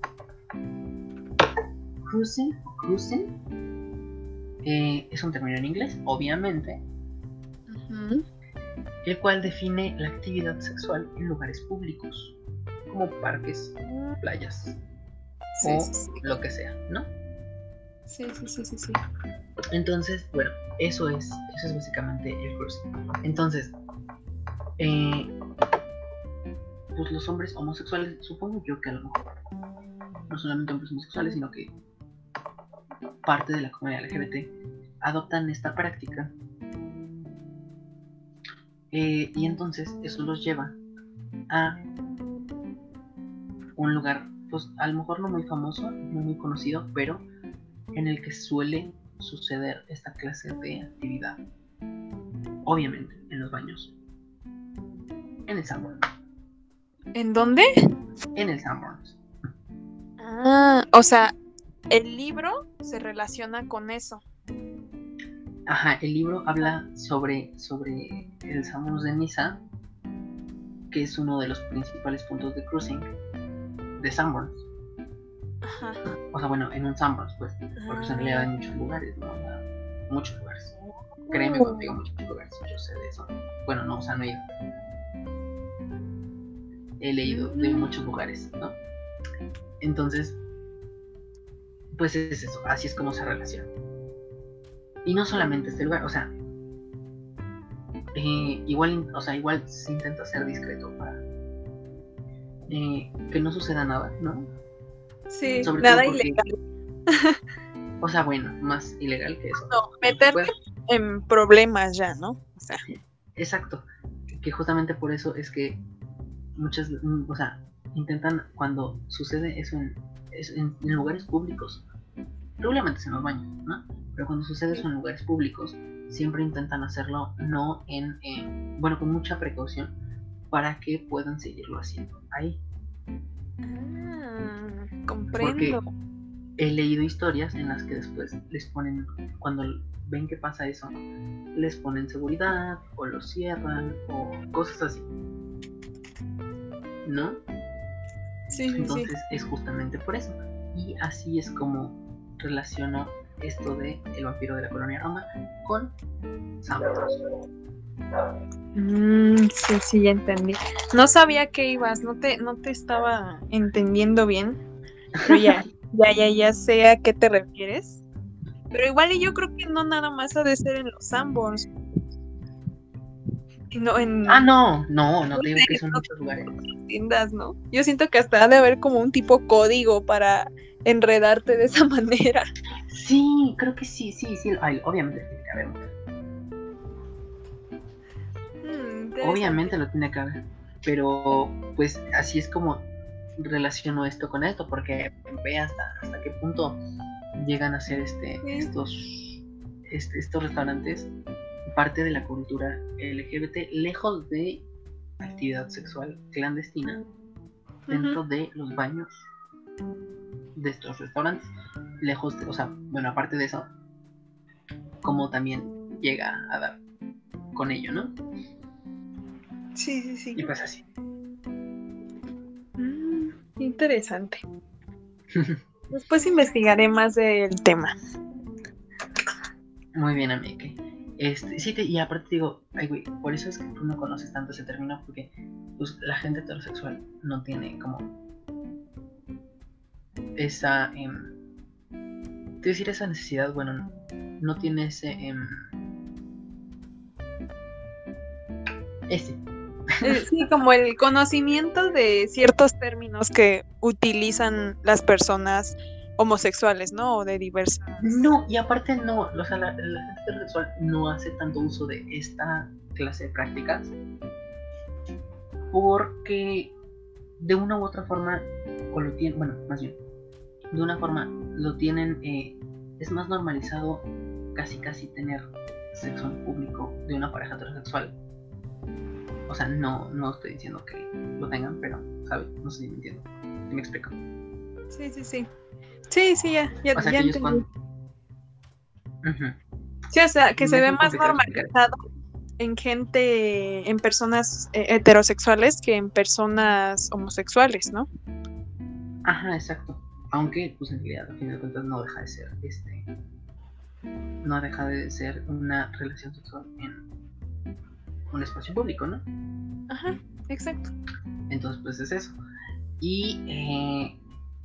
S1: Cruising, cruising eh, es un término en inglés, obviamente,
S2: Ujú.
S1: el cual define la actividad sexual en lugares públicos, como parques, playas
S2: Sí,
S1: o
S2: sí, sí.
S1: lo que sea, ¿no?
S2: Sí, sí, sí, sí, sí.
S1: Entonces, bueno, eso es, eso es básicamente el cruising. Entonces, eh, pues los hombres homosexuales, supongo yo que a lo mejor, no solamente hombres homosexuales, sino que parte de la comunidad L G B T adoptan esta práctica, eh, y entonces eso los lleva a un lugar, pues a lo mejor no muy famoso, no muy conocido, pero en el que suele suceder esta clase de actividad. Obviamente en los baños, en el Sanborns,
S2: ¿En dónde?
S1: en el Sanborns.
S2: Ah, o sea, el libro se relaciona con eso.
S1: Ajá, el libro habla sobre, sobre el Sanborns de Niza, que es uno de los principales puntos de cruising de Sanborns.
S2: Ajá.
S1: O sea, bueno, en un Sanborns, pues, porque
S2: Ah.
S1: se en realidad hay muchos lugares, ¿no? O sea, muchos lugares. Créeme cuando digo muchos lugares, yo sé de eso. Bueno, no, o sea, no he ido. He leído de muchos lugares, ¿no? Entonces, pues es eso, así es como se relaciona. Y no solamente este lugar, o sea, eh, igual, o sea, igual se intenta ser discreto para eh, que no suceda nada, ¿no?
S2: Sí,
S1: Sobre
S2: nada
S1: todo porque,
S2: ilegal.
S1: o sea, bueno, más ilegal que eso.
S2: No,
S1: que
S2: meterte
S1: pueda.
S2: en problemas ya, ¿no? O sea,
S1: Exacto, que justamente por eso es que muchas, mm, o sea, intentan cuando sucede eso en, es en, en lugares públicos, regularmente es en los baños, ¿no? Pero cuando sucede eso en lugares públicos, siempre intentan hacerlo no en, en, bueno, con mucha precaución para que puedan seguirlo haciendo ahí.
S2: ah,
S1: Porque
S2: comprendo.
S1: he leído historias en las que después les ponen, cuando ven que pasa eso, les ponen seguridad o lo cierran o cosas así, ¿no?
S2: Sí, sí,
S1: Entonces
S2: sí.
S1: es justamente por eso. Y así es como relaciono esto de El vampiro de la colonia Roma con Sanborns.
S2: Mm, sí, sí, ya entendí. No sabía que ibas, no te, no te estaba entendiendo bien, pero ya, ya, ya, ya sé a qué te refieres. Pero igual y yo creo que no nada más ha de ser en los Sanborns. Y no en
S1: Ah, no, no, no
S2: no
S1: te digo
S2: sé,
S1: que son
S2: no
S1: muchos lugares.
S2: tiendas, ¿no? Yo siento que hasta ha de haber como un tipo código para enredarte de esa manera.
S1: Sí, creo que sí, sí, sí. Ay, obviamente tiene que haber.
S2: Mm, interesante.
S1: Obviamente lo tiene que haber. Pero pues así es como relaciono esto con esto, porque ve hasta, hasta qué punto llegan a ser este,
S2: Sí.
S1: estos, este, estos restaurantes parte de la cultura L G B T, lejos de actividad sexual clandestina dentro
S2: Ujú.
S1: de los baños de estos restaurantes, lejos de, o sea, bueno, aparte de eso, como también llega a dar con ello, ¿no?
S2: Sí, sí, sí.
S1: Y pues así.
S2: Mm, interesante. Después investigaré más del tema.
S1: Muy bien, amiga. Este, sí, te, y aparte digo, ay, güey, por eso es que tú no conoces tanto ese término, porque pues, la gente heterosexual no tiene como esa, eh, te decir esa necesidad, bueno, no, no tiene ese, eh, ese.
S2: Eh, sí, como el conocimiento de ciertos términos que utilizan las personas homosexuales, ¿no? O de diversas.
S1: No, y aparte no, o sea, la, la gente heterosexual no hace tanto uso de esta clase de prácticas porque de una u otra forma, o lo tienen, bueno, más bien, de una forma lo tienen, eh, es más normalizado casi casi tener sexo en público de una pareja heterosexual O sea, no, no estoy diciendo que lo tengan, pero, ¿sabes? No sé si me entiendo. ¿Sí me explico?
S2: Sí, sí, sí. Sí, sí, ya, ya,
S1: O sea,
S2: ya
S1: que ellos
S2: entendí.
S1: cuando... Ujú.
S2: Sí, o sea, que se
S1: Me es
S2: ve
S1: muy
S2: más
S1: complicado explicar.
S2: normalizado en gente, en personas eh, heterosexuales que en personas homosexuales, ¿no?
S1: Ajá, exacto. Aunque, pues en realidad, a fin de cuentas, no deja de ser, este... No deja de ser una relación sexual en un espacio público, ¿no?
S2: Ajá, exacto.
S1: Entonces, pues es eso. Y, eh,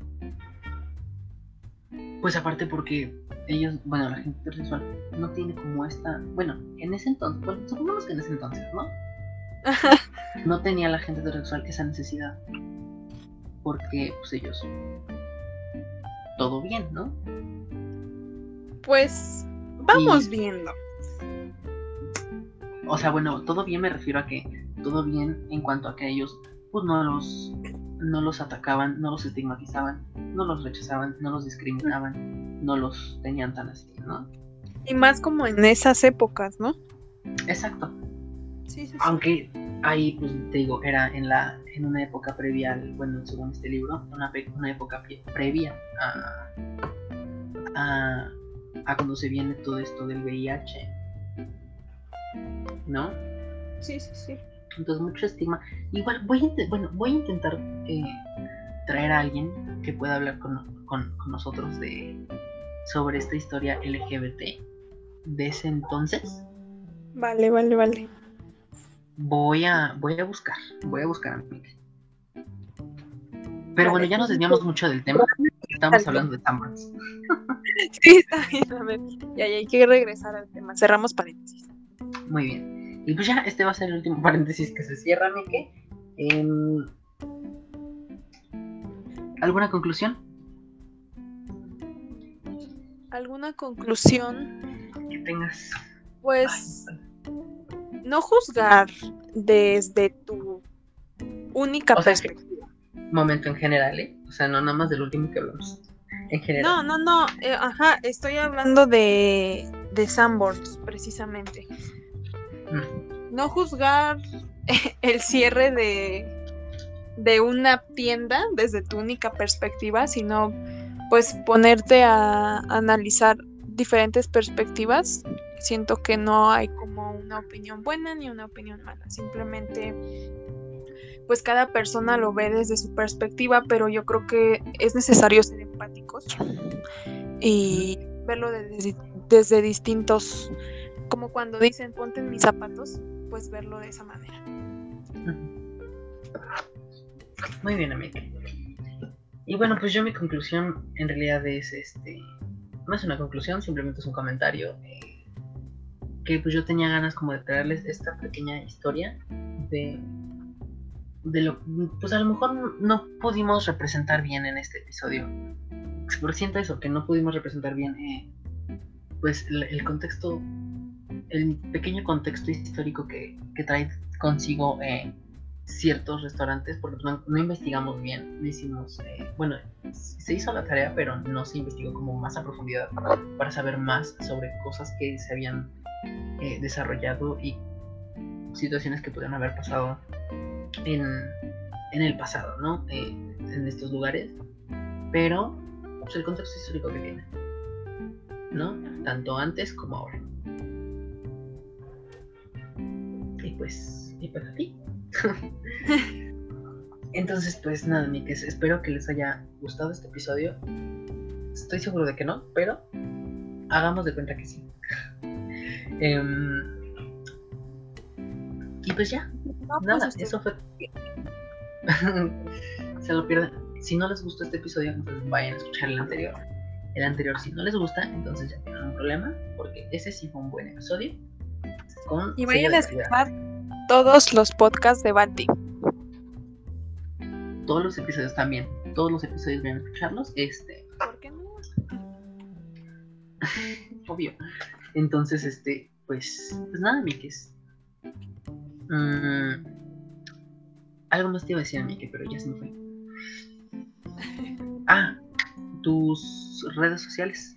S1: pues aparte porque ellos, bueno, la gente heterosexual no tiene como esta... Bueno, en ese entonces, bueno, supongamos que en ese entonces, ¿no?
S2: Ajá.
S1: No tenía la gente heterosexual esa necesidad. Porque, pues ellos... Todo bien, ¿no?
S2: Pues vamos
S1: Y,
S2: viendo.
S1: o sea, bueno, todo bien me refiero a que todo bien en cuanto a que ellos pues no los no los atacaban, no los estigmatizaban, no los rechazaban, no los discriminaban, no los tenían tan así, ¿no?
S2: Y más como en esas épocas, ¿no?
S1: Exacto.
S2: Sí, sí, sí.
S1: Aunque ahí, pues te digo, era en la en una época previa, al, bueno, según este libro, una, una época previa a, a, a cuando se viene todo esto del V I H, ¿no?
S2: Sí, sí, sí.
S1: Entonces mucho estigma. Igual voy a, bueno, voy a intentar eh, traer a alguien que pueda hablar con, con, con nosotros de sobre esta historia L G B T de ese entonces.
S2: Vale, vale, vale.
S1: Voy a voy a buscar, voy a buscar a Mike. Pero
S2: Vale,
S1: bueno, ya nos
S2: sí,
S1: desviamos
S2: sí.
S1: mucho del tema. Estamos hablando de Sanborns.
S2: Sí, está bien, a ver. Ya, ya hay que regresar al tema. Cerramos paréntesis.
S1: Muy bien. Y pues ya, este va a ser el último paréntesis que se cierra, Mike. Eh, ¿Alguna conclusión?
S2: ¿Alguna conclusión?
S1: Que tengas.
S2: Pues no juzgar desde tu única
S1: O sea, que,
S2: perspectiva.
S1: momento en general, ¿eh? O sea, no nada más del último que hablamos. En general.
S2: No, no, no. eh, ajá, estoy hablando de, de Sanborns, precisamente.
S1: Mm.
S2: No juzgar el cierre de, de una tienda desde tu única perspectiva, sino pues ponerte a analizar diferentes perspectivas. Siento que no hay como una opinión buena ni una opinión mala, simplemente pues cada persona lo ve desde su perspectiva, pero yo creo que es necesario ser empáticos y verlo desde, desde distintos, como cuando dicen ponte en mis zapatos, pues verlo de esa manera.
S1: Muy bien, amiga. Y bueno, pues yo mi conclusión en realidad es este, no es una conclusión, simplemente es un comentario eh, que pues yo tenía ganas como de traerles esta pequeña historia de de lo pues a lo mejor no pudimos representar bien en este episodio. Pero siento eso, que no pudimos representar bien eh, pues el, el contexto, el pequeño contexto histórico que, que trae consigo eh, ciertos restaurantes, porque no, no investigamos bien, no hicimos, eh, bueno, se hizo la tarea, pero no se investigó como más a profundidad para saber más sobre cosas que se habían eh, desarrollado y situaciones que pudieron haber pasado en, en el pasado, ¿no? Eh, en estos lugares, pero pues, el contexto histórico que tiene, ¿no? Tanto antes como ahora. Y pues, y pues así. Entonces, pues nada, amigues, espero que les haya gustado este episodio. Estoy seguro de que no, pero hagamos de cuenta que sí. um, y pues ya,
S2: No,
S1: nada,
S2: pues
S1: eso fue. Se lo pierden. Si no les gustó este episodio, entonces vayan a escuchar el anterior. El anterior, si no les gusta, entonces ya tienen un problema, porque ese sí fue un buen episodio. Con
S2: y vayan a escuchar todos los podcasts de Balti.
S1: Todos los episodios también. Todos los episodios vayan a escucharlos. Este.
S2: ¿Por qué no?
S1: Obvio. Entonces, este, pues, pues nada, Mikes. Mm, algo más te iba a decir a Mike, pero ya se me fue. Ah, tus redes sociales.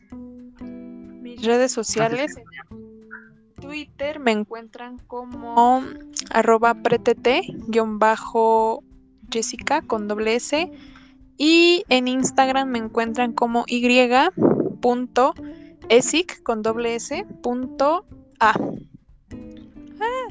S2: Mis redes sociales. En Twitter me encuentran como arroba pretete, guión bajo Jessica con doble S. Y en Instagram me encuentran como y.esic con doble S punto A. Ah.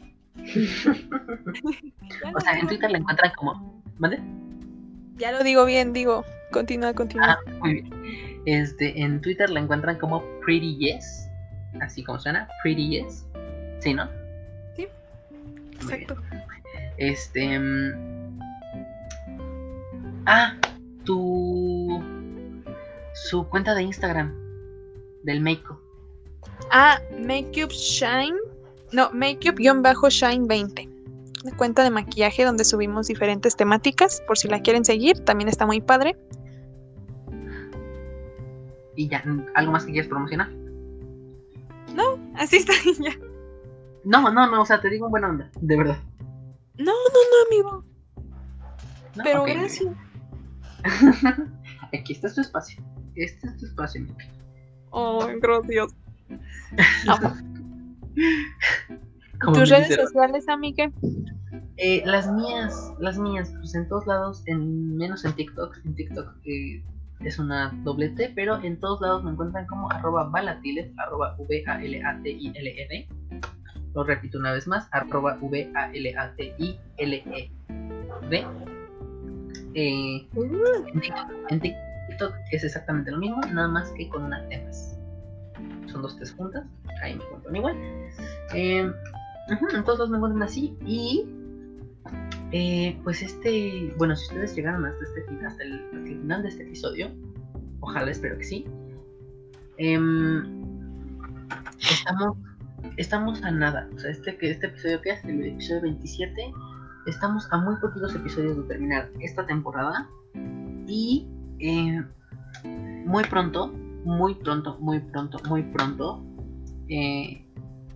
S1: O sea, en Twitter la encuentran como... ¿Vale?
S2: Ya lo digo bien, digo. Continúa, continúa.
S1: Ah, muy bien. Este, en Twitter la encuentran como Pretty Yes. Así como suena, Pretty Yes. Sí, ¿no?
S2: Sí, exacto.
S1: Este... mm, Ah, tu... Su cuenta de Instagram del Makeup.
S2: Ah, Makeup Shine. No, Makeup-Shine veinte. Una cuenta de maquillaje donde subimos diferentes temáticas. Por si la quieren seguir, también está muy padre.
S1: Y ya, ¿algo más que quieras promocionar?
S2: No, así está ya.
S1: No, no, no, o sea, te digo buena onda, de verdad.
S2: No, no, no, amigo.
S1: No,
S2: Pero
S1: okay,
S2: gracias.
S1: Aquí está tu espacio. Este es tu espacio, Mike.
S2: Oh, gracias. Ah.
S1: Como
S2: ¿Tus
S1: me
S2: redes
S1: dice,
S2: sociales, amiga?
S1: Eh, las mías, las mías, pues en todos lados, en menos en TikTok. En TikTok eh, es una doble T, pero en todos lados me encuentran como arroba valatiles, arroba V A L A T I L E D. Lo repito una vez más, arroba V A L A T I L E D. Eh, en, TikTok, en TikTok es exactamente lo mismo, nada más que con una T más. Son dos T's juntas, ahí me encuentran igual. Eh, uh-huh, en todos lados me encuentran así. Y eh, pues este, bueno, si ustedes llegaron hasta este fin, hasta el, hasta el final de este episodio, ojalá, espero que sí. Eh, estamos, estamos a nada. O sea, este, este episodio que es el episodio veintisiete. Estamos a muy poquitos episodios de terminar esta temporada. Y eh, muy pronto, muy pronto, muy pronto, muy pronto eh,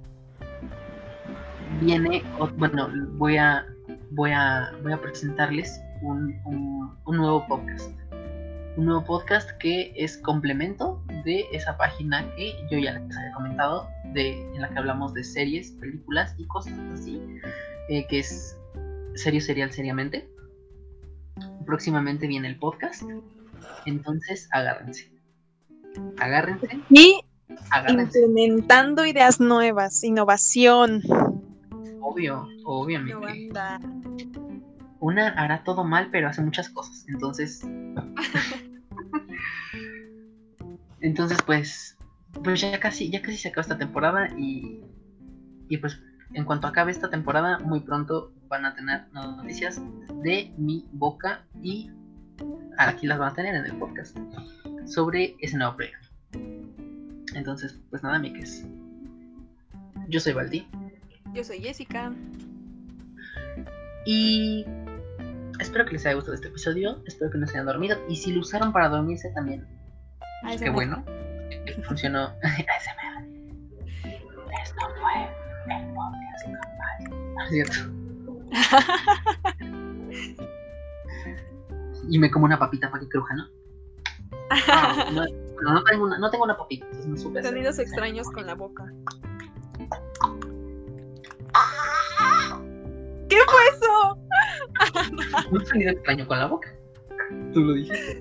S1: viene, bueno, voy a voy a voy a presentarles un, un, un nuevo podcast. Un nuevo podcast que es complemento de esa página que yo ya les había comentado, de, en la que hablamos de series, películas y cosas así, eh, que es Serio Serial Seriamente. Próximamente viene el podcast, entonces agárrense. Agárrense.
S2: Y
S1: agárrense.
S2: implementando ideas nuevas, innovación.
S1: Obvio, obviamente. Una hará todo mal, pero hace muchas cosas. Entonces. Entonces, pues. Pues ya casi, ya casi se acaba esta temporada. Y. Y pues, en cuanto acabe esta temporada, muy pronto van a tener noticias de mi boca. Y aquí las van a tener en el podcast. Sobre ese nuevo proyecto. Entonces, pues nada, amigues. Yo soy Valdi.
S2: Yo soy Jessica.
S1: Y espero que les haya gustado este episodio. Espero que no se hayan dormido. Y si lo usaron para dormirse también, pues qué bueno. Funcionó. Esto fue el podcast normal. ¿No es cierto? Y me como una papita para que cruja, ¿no? Ah, no, no, no, tengo una, no tengo una papita. Entonces no supe hacer.
S2: Sonidos extraños con la boca. ¿Qué fue eso?
S1: Un sonido extraño con la boca. Tú lo dijiste.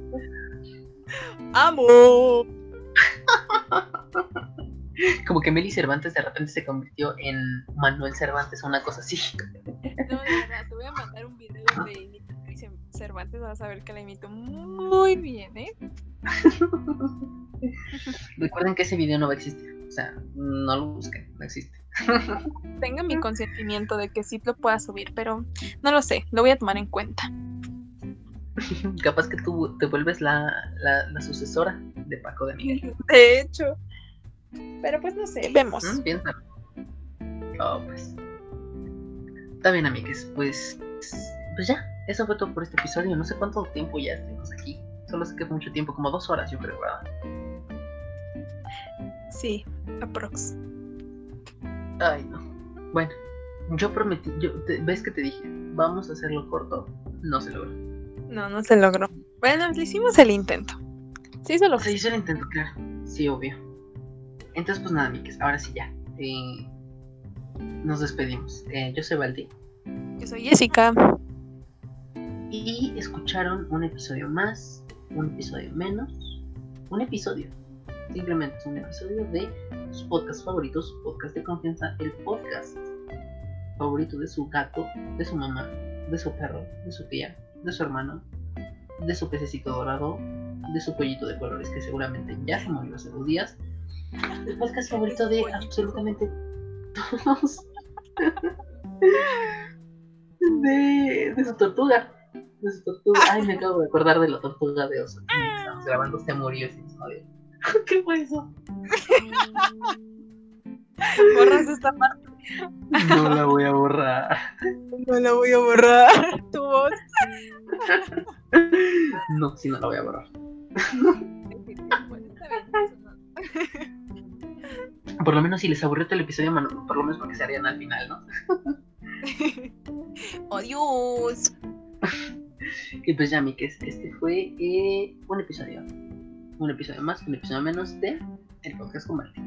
S2: ¡Amo!
S1: Como que Meli Cervantes de repente se convirtió en Manuel Cervantes o una cosa así.
S2: No, de verdad, te voy a mandar un video de imitar a Meli Cervantes. Vas a ver que la imito muy bien, ¿eh?
S1: Recuerden que ese video no va a existir. O sea, no lo busquen, no existe.
S2: Tenga mi consentimiento de que sí lo pueda subir, pero no lo sé, lo voy a tomar en cuenta.
S1: Capaz que tú te vuelves la, la, la sucesora de Paco de Miguel.
S2: De hecho. Pero pues no sé, vemos.
S1: ¿Mm? Piénsalo. Oh, pues. Está bien, amigues. Pues, pues ya, eso fue todo por este episodio. No sé cuánto tiempo ya estuvimos aquí. Solo sé que fue mucho tiempo, como dos horas, yo creo, ¿verdad?
S2: Sí, aprox.
S1: Ay, no. Bueno, yo prometí, yo, te, ves que te dije, vamos a hacerlo corto. No se logró.
S2: No, no se logró. Bueno, le hicimos el intento. Sí, se lo
S1: Se hizo el intento, claro. Sí, obvio. Entonces, pues nada, amigues, ahora sí ya. Eh, nos despedimos. Eh, yo soy Valdi.
S2: Yo soy Jessica.
S1: Y escucharon un episodio más, un episodio menos, un episodio. Simplemente es un episodio de sus podcasts favoritos, su podcast de confianza, el podcast favorito de su gato, de su mamá, de su perro, de su tía, de su hermano, de su pececito dorado, de su pollito de colores que seguramente ya se murió hace dos días. El podcast favorito de absolutamente todos. de, de su tortuga. De su tortuga. Ay, me acabo de acordar de la tortuga de oso. Estamos grabando, se murió ese episodio. ¿Qué fue eso?
S2: Borras esta parte.
S1: No la voy a borrar.
S2: No la voy a borrar. Tu voz.
S1: No, sí, no la voy a borrar.
S2: Bueno, está bien.
S1: Por lo menos si les aburrió todo el episodio, bueno, por lo menos porque se harían al final, ¿no?
S2: ¡Adiós!
S1: Y pues ya, Mikes, este fue eh, un episodio. Un episodio más, un episodio menos de El Podcast con Valdi.